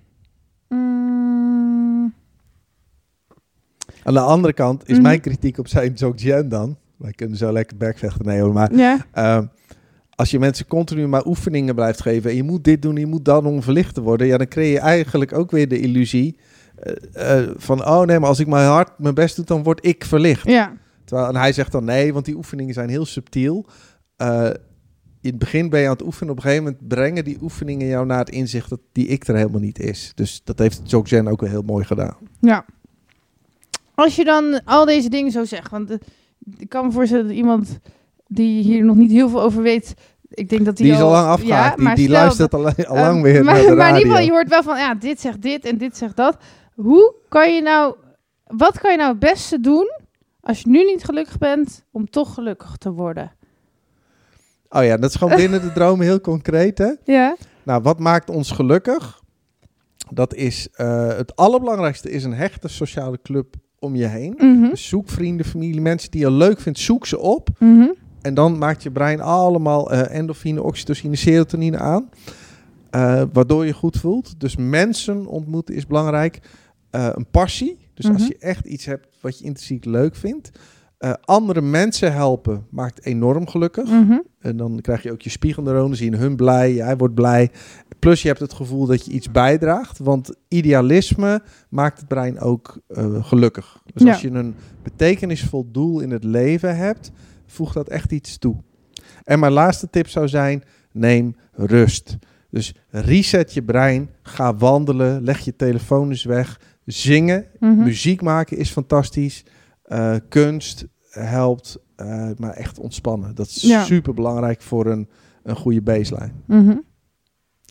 Mm. Aan de andere kant is mm-hmm. mijn kritiek op zijn Dzogchen dan, wij kunnen zo lekker bergvechten nemen, maar ja. uh, als je mensen continu maar oefeningen blijft geven en je moet dit doen, je moet dat om verlicht te worden, ja, dan creëer je eigenlijk ook weer de illusie uh, uh, van, oh nee, maar als ik mijn hard mijn best doe, dan word ik verlicht. Ja. Terwijl, en hij zegt dan nee, want die oefeningen zijn heel subtiel. Uh, in het begin ben je aan het oefenen, op een gegeven moment brengen die oefeningen jou naar het inzicht dat die ik er helemaal niet is. Dus dat heeft Dzogchen ook wel heel mooi gedaan. Ja. Als je dan al deze dingen zo zegt, want uh, ik kan me voorstellen dat iemand die hier nog niet heel veel over weet, ik denk dat die, die is al al lang afgehaakt. Ja, die die luistert al, al lang uh, weer maar, naar de maar in ieder geval, radio. je hoort wel van, ja, dit zegt dit en dit zegt dat. Hoe kan je nou, wat kan je nou het beste doen als je nu niet gelukkig bent, om toch gelukkig te worden? Oh ja, dat is gewoon binnen de droom heel concreet, hè? Ja. Nou, wat maakt ons gelukkig? Dat is, uh, het allerbelangrijkste is een hechte sociale club om je heen. Mm-hmm. Dus zoek vrienden, familie, mensen die je leuk vindt, zoek ze op. Mm-hmm. En dan maakt je brein allemaal uh, endorfine, oxytocine, serotonine aan. Uh, waardoor je goed voelt. Dus mensen ontmoeten is belangrijk. Uh, een passie. Dus mm-hmm. als je echt iets hebt wat je intrinsiek leuk vindt. Uh, andere mensen helpen maakt enorm gelukkig. Mm-hmm. En dan krijg je ook je spiegelneuronen, zie je hun blij, jij wordt blij. Plus je hebt het gevoel dat je iets bijdraagt. Want idealisme maakt het brein ook uh, gelukkig. Dus ja. als je een betekenisvol doel in het leven hebt, voegt dat echt iets toe. En mijn laatste tip zou zijn, neem rust. Dus reset je brein, ga wandelen, leg je telefoon eens weg. Zingen, mm-hmm. muziek maken is fantastisch. Uh, kunst helpt, uh, maar echt ontspannen. Dat is ja. super belangrijk voor een, een goede baseline. Mm-hmm.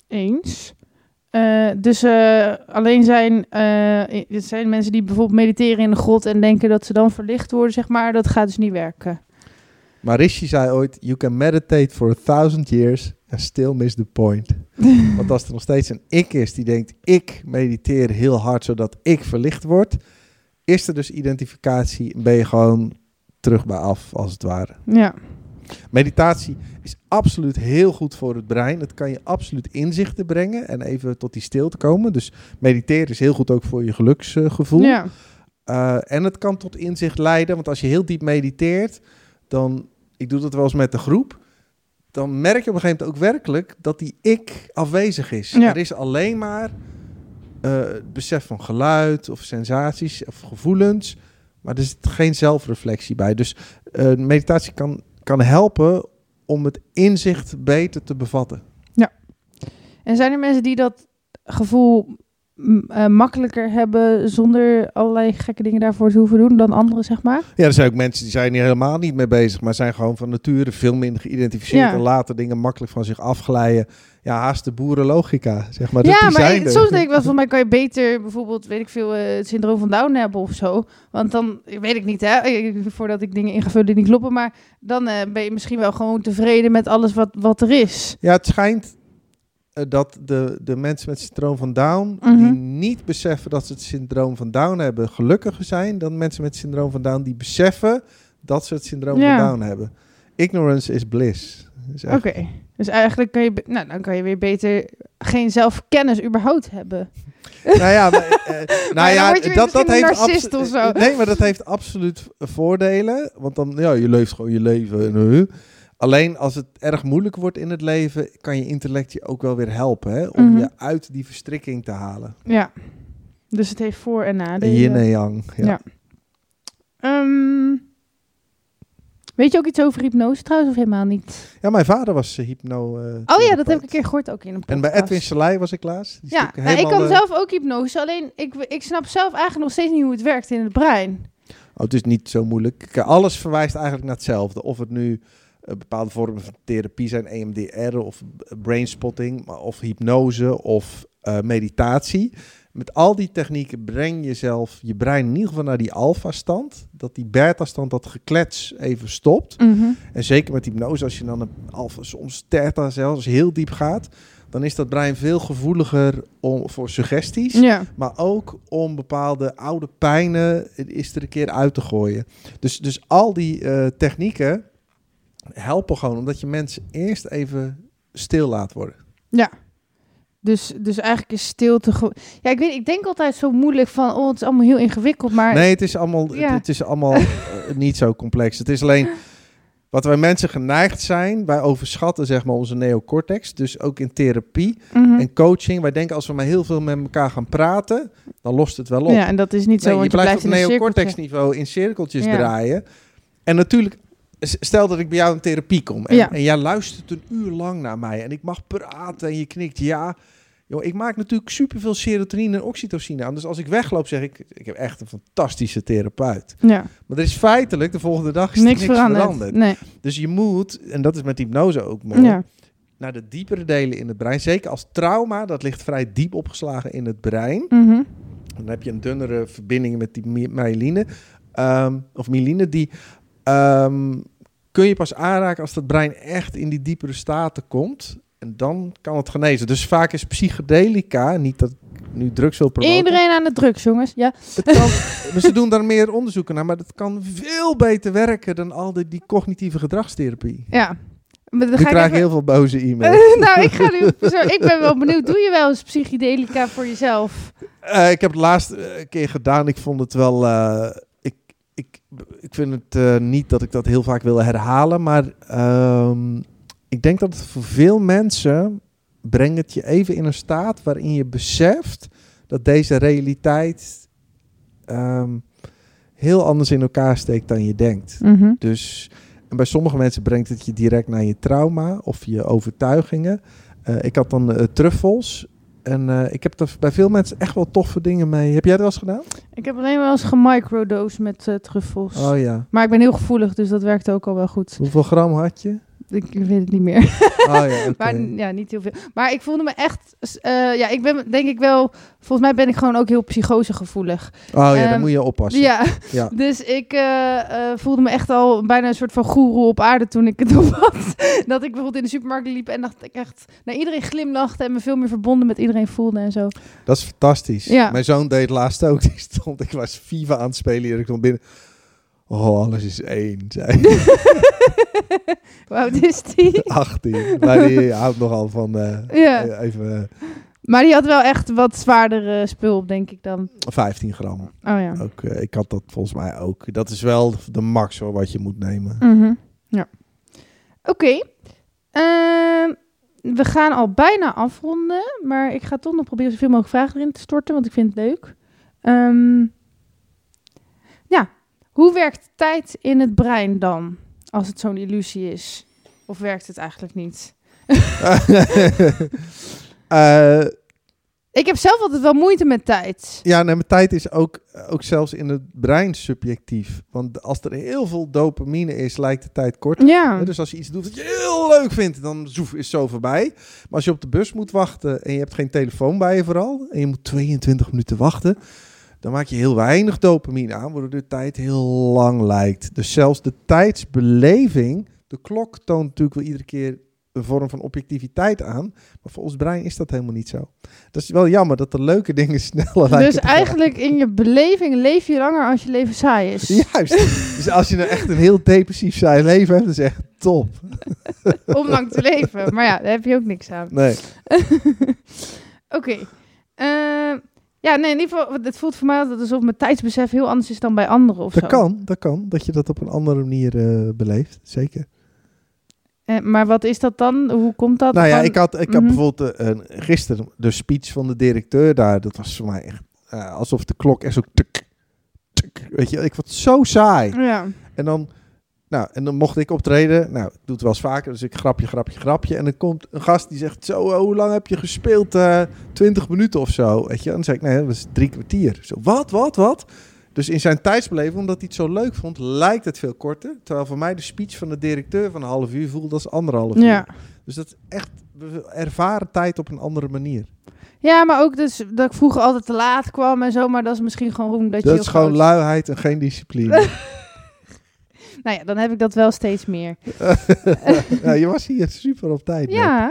Eens. Uh, dus uh, alleen zijn, uh, het zijn mensen die bijvoorbeeld mediteren in de grot en denken dat ze dan verlicht worden, zeg maar. Dat gaat dus niet werken. Maharishi zei ooit, you can meditate for a thousand years and still miss the point. Want als er nog steeds een ik is die denkt, ik mediteer heel hard zodat ik verlicht word, is er dus identificatie en ben je gewoon terug bij af, als het ware. Ja. Meditatie is absoluut heel goed voor het brein. Het kan je absoluut inzichten brengen en even tot die stilte komen. Dus mediteren is heel goed ook voor je geluksgevoel. Ja. Uh, en het kan tot inzicht leiden, want als je heel diep mediteert, dan, ik doe dat wel eens met de groep, dan merk je op een gegeven moment ook werkelijk dat die ik afwezig is. Ja. Er is alleen maar uh, het besef van geluid of sensaties of gevoelens, maar er zit geen zelfreflectie bij. Dus uh, meditatie kan, kan helpen om het inzicht beter te bevatten. Ja. En zijn er mensen die dat gevoel uh, makkelijker hebben zonder allerlei gekke dingen daarvoor te hoeven doen dan anderen, zeg maar? Ja, er zijn ook mensen die zijn hier helemaal niet mee bezig, maar zijn gewoon van nature veel minder geïdentificeerd Ja. en laten dingen makkelijk van zich afglijden. Ja, haast de boerenlogica, zeg maar. Ja, dat die maar zijn ik, er. soms denk ik wel, volgens mij kan je beter bijvoorbeeld, weet ik veel, uh, het syndroom van Down hebben of zo. Want dan, weet ik niet hè, voordat ik dingen ingevuld die niet kloppen, maar dan uh, ben je misschien wel gewoon tevreden met alles wat, wat er is. Ja, het schijnt uh, dat de, de mensen met het syndroom van Down, Mhm. die niet beseffen dat ze het syndroom van Down hebben, gelukkiger zijn dan mensen met het syndroom van Down die beseffen dat ze het syndroom Ja. van Down hebben. Ignorance is bliss. Dus echt- Oké, okay. Dus eigenlijk kan je, be- nou, dan kan je weer beter geen zelfkennis überhaupt hebben. Nou ja, maar, uh, nou dan ja, word je weer dat, dat misschien een heeft narcist abso- of zo. Nee, maar dat heeft absoluut voordelen. Want dan, ja, je leeft gewoon je leven. En, uh, alleen als het erg moeilijk wordt in het leven, kan je intellect je ook wel weer helpen, hè, om Mhm. je uit die verstrikking te halen. Ja, dus het heeft voor- en nadelen. Yin en yang. Ja. Ja. Um, weet je ook iets over hypnose trouwens, of helemaal niet? Ja, mijn vader was uh, hypno. Uh, Oh ja, dat heb ik een keer gehoord ook in een podcast. En bij Edwin Selei was ik laatst. Die is Ja, natuurlijk nou, ik kan helemaal, uh, zelf ook hypnose, alleen ik, ik snap zelf eigenlijk nog steeds niet hoe het werkt in het brein. Oh, het is niet zo moeilijk. Kijk, alles verwijst eigenlijk naar hetzelfde. Of het nu uh, bepaalde vormen van therapie zijn, E M D R of brainspotting, maar of hypnose of uh, meditatie. Met al die technieken breng je zelf je brein in ieder geval naar die alfa-stand. Dat die beta-stand, dat geklets even stopt. Mm-hmm. En zeker met hypnose, als je dan een alfa, soms theta zelfs, als je heel diep gaat, dan is dat brein veel gevoeliger om, voor suggesties. Ja. Maar ook om bepaalde oude pijnen is er een keer uit te gooien. Dus, dus al die uh, technieken helpen gewoon, omdat je mensen eerst even stil laat worden. Ja. Dus, dus eigenlijk is stilte... Ge- ja, ik weet, ik denk altijd zo moeilijk van, oh, het is allemaal heel ingewikkeld, maar... Nee, het is allemaal, Ja. het, het is allemaal uh, niet zo complex. Het is alleen wat wij mensen geneigd zijn, wij overschatten zeg maar onze neocortex. Dus ook in therapie Mhm. en coaching. Wij denken als we maar heel veel met elkaar gaan praten, dan lost het wel op. Ja, en dat is niet zo, Nee, want je je blijft blijft op in een cirkeltje. neocortex-niveau in cirkeltjes Ja. draaien. En natuurlijk, s- stel dat ik bij jou in therapie kom en, Ja. en jij luistert een uur lang naar mij en ik mag praten en je knikt ja. Joh, ik maak natuurlijk superveel serotonine en oxytocine aan. Dus als ik wegloop zeg ik, ik heb echt een fantastische therapeut. Ja, Maar er is feitelijk, de volgende dag is er niks, niks veranderd. veranderd. Nee. Dus je moet, en dat is met hypnose ook mooi, Ja. naar de diepere delen in het brein. Zeker als trauma, dat ligt vrij diep opgeslagen in het brein. Mhm. Dan heb je een dunnere verbinding met die my- myeline. Um, of myeline, die um, kun je pas aanraken als dat brein echt in die diepere staten komt. En dan kan het genezen. Dus vaak is psychedelica, niet dat ik nu drugs wil promoten. Iedereen aan de drugs, jongens. Ja. Het kan, dus ze doen daar meer onderzoeken naar, maar dat kan veel beter werken dan al die, die cognitieve gedragstherapie. Ja. Maar dan Nu ga ik krijg ik even- heel veel boze e-mails. nou, ik, ga nu, zo, ik ben wel benieuwd. Doe je wel eens psychedelica voor jezelf? Uh, ik heb het laatste uh, keer gedaan. Ik vond het wel... Uh, ik, ik, ik vind het uh, niet dat ik dat heel vaak wil herhalen. Maar um, ik denk dat het voor veel mensen... brengt het je even in een staat waarin je beseft... dat deze realiteit... Um, heel anders in elkaar steekt dan je denkt. Mhm. Dus en bij sommige mensen brengt het je direct naar je trauma... of je overtuigingen. Uh, ik had dan uh, truffels... En uh, ik heb er bij veel mensen echt wel toffe dingen mee. Heb jij dat wel eens gedaan? Ik heb alleen wel eens gemicrodose met uh, truffels. Oh ja. Maar ik ben heel gevoelig, dus dat werkt ook al wel goed. Hoeveel gram had je? ik weet het niet meer. Oh, ja, okay. Maar ja, niet heel veel. Maar ik voelde me echt... Uh, ja, ik ben denk ik wel... Volgens mij ben ik gewoon ook heel psychosegevoelig. Oh ja, um, dan moet je oppassen. Ja, ja. Dus ik uh, uh, voelde me echt al bijna een soort van goeroe op aarde toen ik het op had. Dat ik bijvoorbeeld in de supermarkt liep en dacht ik echt... Nou, iedereen glimlachte en me veel meer verbonden met iedereen voelde en zo. Dat is fantastisch. Ja. Mijn zoon deed laatst ook. Die stond, ik was FIFA aan het spelen en ik kwam binnen... Oh, alles is één, zei Hoe oud is die? achttien. Maar die houdt nogal van uh, ja. even... Uh, maar die had wel echt wat zwaardere uh, spul op, denk ik dan. vijftien gram. Oh ja. Ook, uh, ik had dat volgens mij ook. Dat is wel de max hoor, wat je moet nemen. Mm-hmm. Ja. Oké. Okay. Uh, we gaan al bijna afronden. Maar ik ga toch nog proberen zoveel mogelijk vragen erin te storten. Want ik vind het leuk. Um, ja. Hoe werkt tijd in het brein dan? Als het zo'n illusie is. Of werkt het eigenlijk niet? uh, ik heb zelf altijd wel moeite met tijd. Ja, nee, maar tijd is ook, ook zelfs in het brein subjectief. Want als er heel veel dopamine is, lijkt de tijd kort. Ja. Dus als je iets doet dat je heel leuk vindt, dan zoef, is het zo voorbij. Maar als je op de bus moet wachten en je hebt geen telefoon bij je vooral... en je moet tweeëntwintig minuten wachten... dan maak je heel weinig dopamine aan, waardoor de tijd heel lang lijkt. Dus zelfs de tijdsbeleving, de klok toont natuurlijk wel iedere keer een vorm van objectiviteit aan. Maar voor ons brein is dat helemaal niet zo. Dat is wel jammer dat de leuke dingen sneller lijken. Dus eigenlijk in je beleving leef je langer als je leven saai is. Juist. Dus als je nou echt een heel depressief saai leven hebt, dan is het echt top. Om lang te leven. Maar ja, daar heb je ook niks aan. Nee. Oké. Okay. Uh, Ja, nee, in ieder geval, het voelt voor mij altijd alsof mijn tijdsbesef heel anders is dan bij anderen of dat zo. Kan, dat kan. Dat je dat op een andere manier uh, beleeft, zeker. Eh, maar wat is dat dan? Hoe komt dat? Nou ja, Van... ik had, ik mm-hmm. had bijvoorbeeld uh, uh, gisteren de speech van de directeur daar. Dat was voor mij echt uh, alsof de klok echt zo tuk, tuk. Weet je, ik vond het zo saai. Ja. En dan... Nou, en dan mocht ik optreden. Nou, ik doe het wel eens vaker. Dus ik grapje, grapje, grapje. En dan komt een gast die zegt... Zo, uh, hoe lang heb je gespeeld? Uh, twintig minuten of zo. Weet je? En dan zeg ik, nee, dat was drie kwartier. Zo, wat, wat, wat? Dus in zijn tijdsbeleving, omdat hij het zo leuk vond... lijkt het veel korter. Terwijl voor mij de speech van de directeur van een half uur... voelde als anderhalf uur. Ja. Dus dat is echt... We ervaren tijd op een andere manier. Ja, maar ook dus dat ik vroeger altijd te laat kwam en zo. Maar dat is misschien gewoon omdat je... Dat is gewoon luiheid en geen discipline. Nou ja, dan heb ik dat wel steeds meer. Ja, je was hier super op tijd. Ja.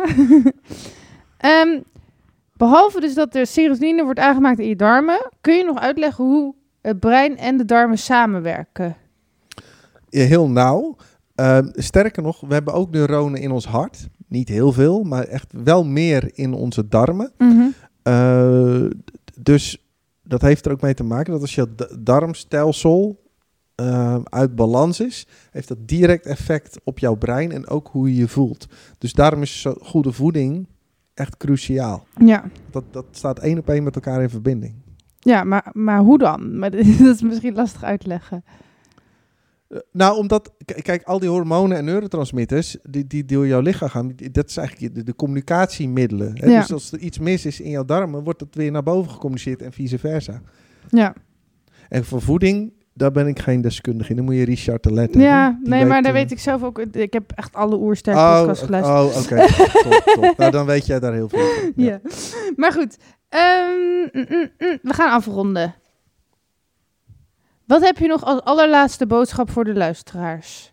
um, behalve dus dat er serotonine wordt aangemaakt in je darmen... kun je nog uitleggen hoe het brein en de darmen samenwerken? Ja, heel nauw. Uh, sterker nog, we hebben ook neuronen in ons hart. Niet heel veel, maar echt wel meer in onze darmen. Mm-hmm. Uh, dus dat heeft er ook mee te maken dat als je d- darmstelsel... Uh, uit balans is, heeft dat direct effect op jouw brein en ook hoe je je voelt. Dus daarom is zo goede voeding echt cruciaal. Ja. Dat, dat staat één op één met elkaar in verbinding. Ja, maar, maar hoe dan? Maar dat is misschien lastig uitleggen. Uh, nou, omdat, k- kijk, al die hormonen en neurotransmitters die, die door jouw lichaam gaan, die, dat is eigenlijk de, de communicatiemiddelen. Hè? Ja. Dus als er iets mis is in jouw darmen, wordt dat weer naar boven gecommuniceerd en vice versa. Ja. En voor voeding... Daar ben ik geen deskundige in. Dan moet je Richard de Let Ja, nee, weet, maar daar uh... weet ik zelf ook. Ik heb echt alle oersterk oh, podcasts geluisterd. Oh, oké. Okay. top, top. Nou, dan weet jij daar heel veel van. Ja. Ja. Maar goed. Um, mm, mm, mm, we gaan afronden. Wat heb je nog als allerlaatste boodschap voor de luisteraars?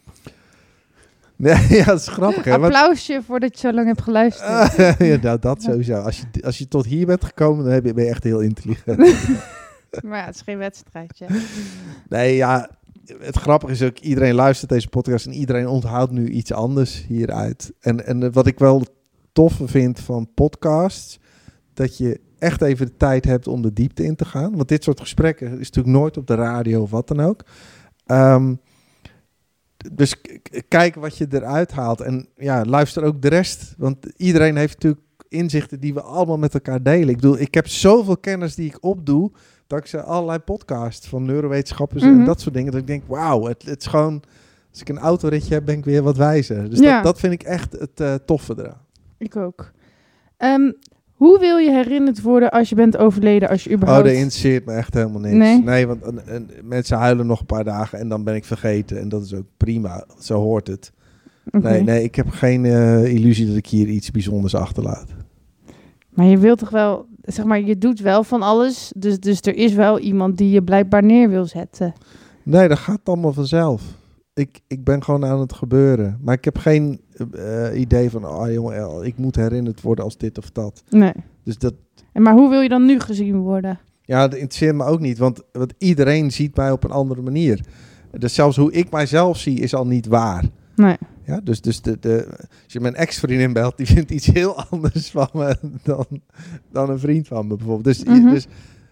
Nee, ja, dat is grappig. Hè? Applausje Want... voordat je zo lang hebt geluisterd. Uh, ja, nou, dat sowieso. Als je, als je tot hier bent gekomen, dan ben je echt heel intelligent. Maar ja, het is geen wedstrijdje. Nee, ja, het grappige is ook, iedereen luistert deze podcast en iedereen onthoudt nu iets anders hieruit. En, en wat ik wel tof vind van podcasts, dat je echt even de tijd hebt om de diepte in te gaan. Want dit soort gesprekken is natuurlijk nooit op de radio of wat dan ook. Um, dus k- kijk wat je eruit haalt. En ja, luister ook de rest. Want iedereen heeft natuurlijk inzichten die we allemaal met elkaar delen. Ik bedoel, ik heb zoveel kennis die ik opdoe, dankzij allerlei podcasts van neurowetenschappers mm-hmm. en dat soort dingen. Dat ik denk, wauw, het, het is gewoon... Als ik een autoritje heb, ben ik weer wat wijzer. Dus ja. dat, dat vind ik echt het uh, toffe eraan. Ik ook. Um, hoe wil je herinnerd worden als je bent overleden, als je überhaupt... Oh, dat interesseert me echt helemaal niks. Nee, nee want uh, uh, mensen huilen nog een paar dagen en dan ben ik vergeten. En dat is ook prima. Zo hoort het. Okay. Nee, nee, ik heb geen uh, illusie dat ik hier iets bijzonders achterlaat. Maar je wilt toch wel, zeg maar, je doet wel van alles. Dus, dus er is wel iemand die je blijkbaar neer wil zetten. Nee, dat gaat allemaal vanzelf. Ik, ik ben gewoon aan het gebeuren. Maar ik heb geen uh, idee van, oh jongen, ik moet herinnerd worden als dit of dat. Nee. Dus dat... En maar hoe wil je dan nu gezien worden? Ja, dat interesseert me ook niet. Want, want iedereen ziet mij op een andere manier. Dus zelfs hoe ik mijzelf zie is al niet waar. Nee. Ja, dus, dus de, de, als je mijn ex-vriendin belt, die vindt iets heel anders van me dan, dan een vriend van me bijvoorbeeld. Dus, mm-hmm. dus,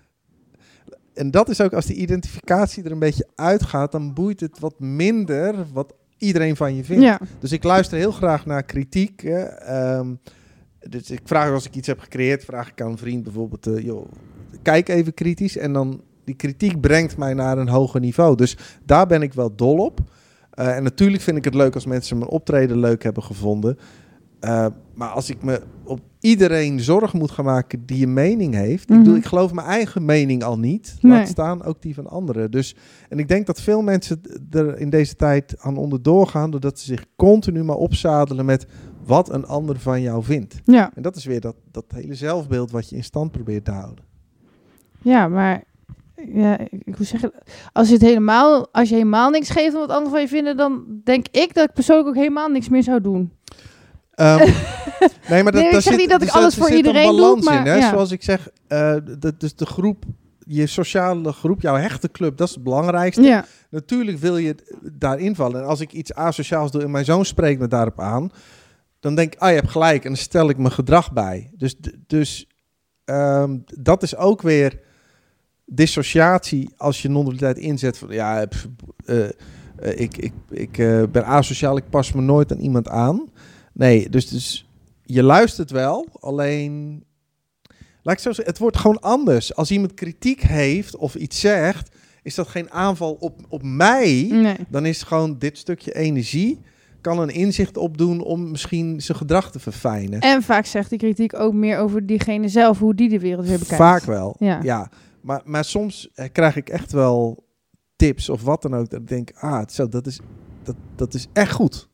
en dat is ook, als die identificatie er een beetje uitgaat, dan boeit het wat minder wat iedereen van je vindt. Ja. Dus ik luister heel graag naar kritiek. Hè. Um, dus ik vraag, als ik iets heb gecreëerd, vraag ik aan een vriend bijvoorbeeld, uh, joh, kijk even kritisch. En dan, die kritiek brengt mij naar een hoger niveau. Dus daar ben ik wel dol op. Uh, en natuurlijk vind ik het leuk als mensen mijn optreden leuk hebben gevonden. Uh, maar als ik me op iedereen zorgen moet gaan maken die een mening heeft. Mm-hmm. Ik, bedoel, ik geloof mijn eigen mening al niet. Nee. Laat staan ook die van anderen. Dus, en ik denk dat veel mensen er in deze tijd aan onderdoor gaan. Doordat ze zich continu maar opzadelen met wat een ander van jou vindt. Ja. En dat is weer dat, dat hele zelfbeeld wat je in stand probeert te houden. Ja, maar... Ja, ik moet zeggen, als je het helemaal, als je helemaal niks geeft om wat anderen van je vinden, dan denk ik dat ik persoonlijk ook helemaal niks meer zou doen. Um, nee, maar dat, nee, ik zeg zit, niet dat ik dus alles voor iedereen doe, maar in, hè? Ja. Zoals ik zeg, uh, de, dus de groep, je sociale groep, jouw hechte club, dat is het belangrijkste. Ja. Natuurlijk wil je daar invallen. En als ik iets asociaals doe en mijn zoon spreekt me daarop aan, dan denk ik, ah, je hebt gelijk, en dan stel ik mijn gedrag bij. Dus, dus um, dat is ook weer dissociatie als je non-dualiteit inzet van ja, pff, uh, uh, ik, ik, ik uh, ben asociaal, ik pas me nooit aan iemand aan. Nee, dus, dus je luistert wel, alleen laat ik zo zeggen, het wordt gewoon anders. Als iemand kritiek heeft of iets zegt, is dat geen aanval op, op mij. Nee. Dan is gewoon dit stukje energie kan een inzicht opdoen om misschien zijn gedrag te verfijnen. En vaak zegt die kritiek ook meer over diegene zelf, hoe die de wereld weer bekijkt. Vaak wel, ja. ja. Maar, maar soms eh, krijg ik echt wel tips of wat dan ook. Dat ik denk, ah, zo, dat, is, dat, dat is echt goed.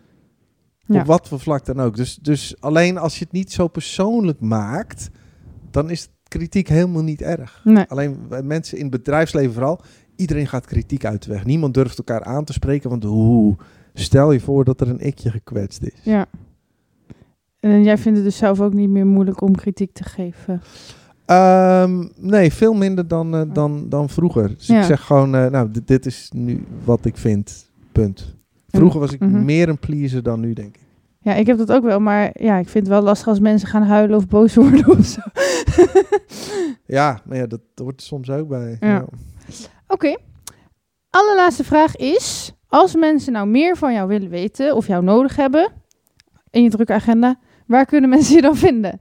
Ja. Op wat voor vlak dan ook. Dus, dus alleen als je het niet zo persoonlijk maakt, dan is kritiek helemaal niet erg. Nee. Alleen mensen in het bedrijfsleven vooral, iedereen gaat kritiek uit de weg. Niemand durft elkaar aan te spreken, want oeh, stel je voor dat er een ikje gekwetst is. Ja. En jij vindt het dus zelf ook niet meer moeilijk om kritiek te geven? Um, nee, veel minder dan, uh, dan, dan vroeger. Dus ja. ik zeg gewoon, uh, nou, d- dit is nu wat ik vind, punt. Vroeger was ik mm-hmm. meer een pleaser dan nu, denk ik. Ja, ik heb dat ook wel, maar ja, ik vind het wel lastig als mensen gaan huilen of boos worden of zo. Ja, maar ja, dat hoort er soms ook bij. Ja. Ja. Oké. Okay. Allerlaatste vraag is, als mensen nou meer van jou willen weten of jou nodig hebben in je drukke agenda, waar kunnen mensen je dan vinden?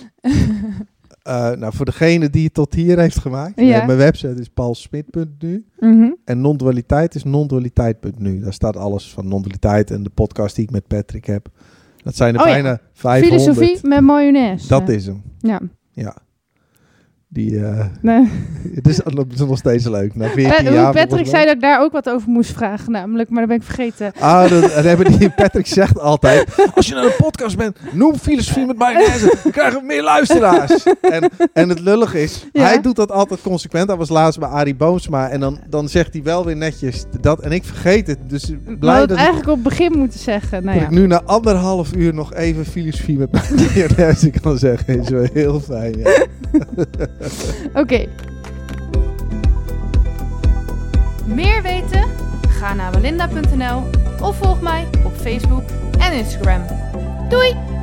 Uh, nou, voor degene die het tot hier heeft gemaakt. Ja. Uh, mijn website is paulsmit punt n u. Mm-hmm. En non-dualiteit is non-dualiteit punt n u. Daar staat alles van non-dualiteit en de podcast die ik met Patrick heb. Dat zijn er oh, bijna ja. vijfhonderd. Filosofie met mayonaise. Dat is hem. Ja. Ja. Die, uh, nee. Het is, het is nog steeds leuk. Na veertien uh, jaar. Patrick zei dat ik daar ook wat over moest vragen, namelijk, maar dat ben ik vergeten. Ah, dat, dat hebben die, Patrick zegt altijd, als je naar een podcast bent, noem filosofie met mayonaise, dan krijgen we meer luisteraars. En, en het lullige is, ja. hij doet dat altijd consequent. Dat was laatst bij Arie Boomsma. En dan, dan zegt hij wel weer netjes dat. En ik vergeet het. Dus blij had dat eigenlijk ik, op het begin moeten zeggen. Nou dat ja. ik nu na anderhalf uur nog even filosofie met mayonaise kan zeggen. Is wel heel fijn. Ja. Oké. Okay. Meer weten? Ga naar walinda punt n l of volg mij op Facebook en Instagram. Doei!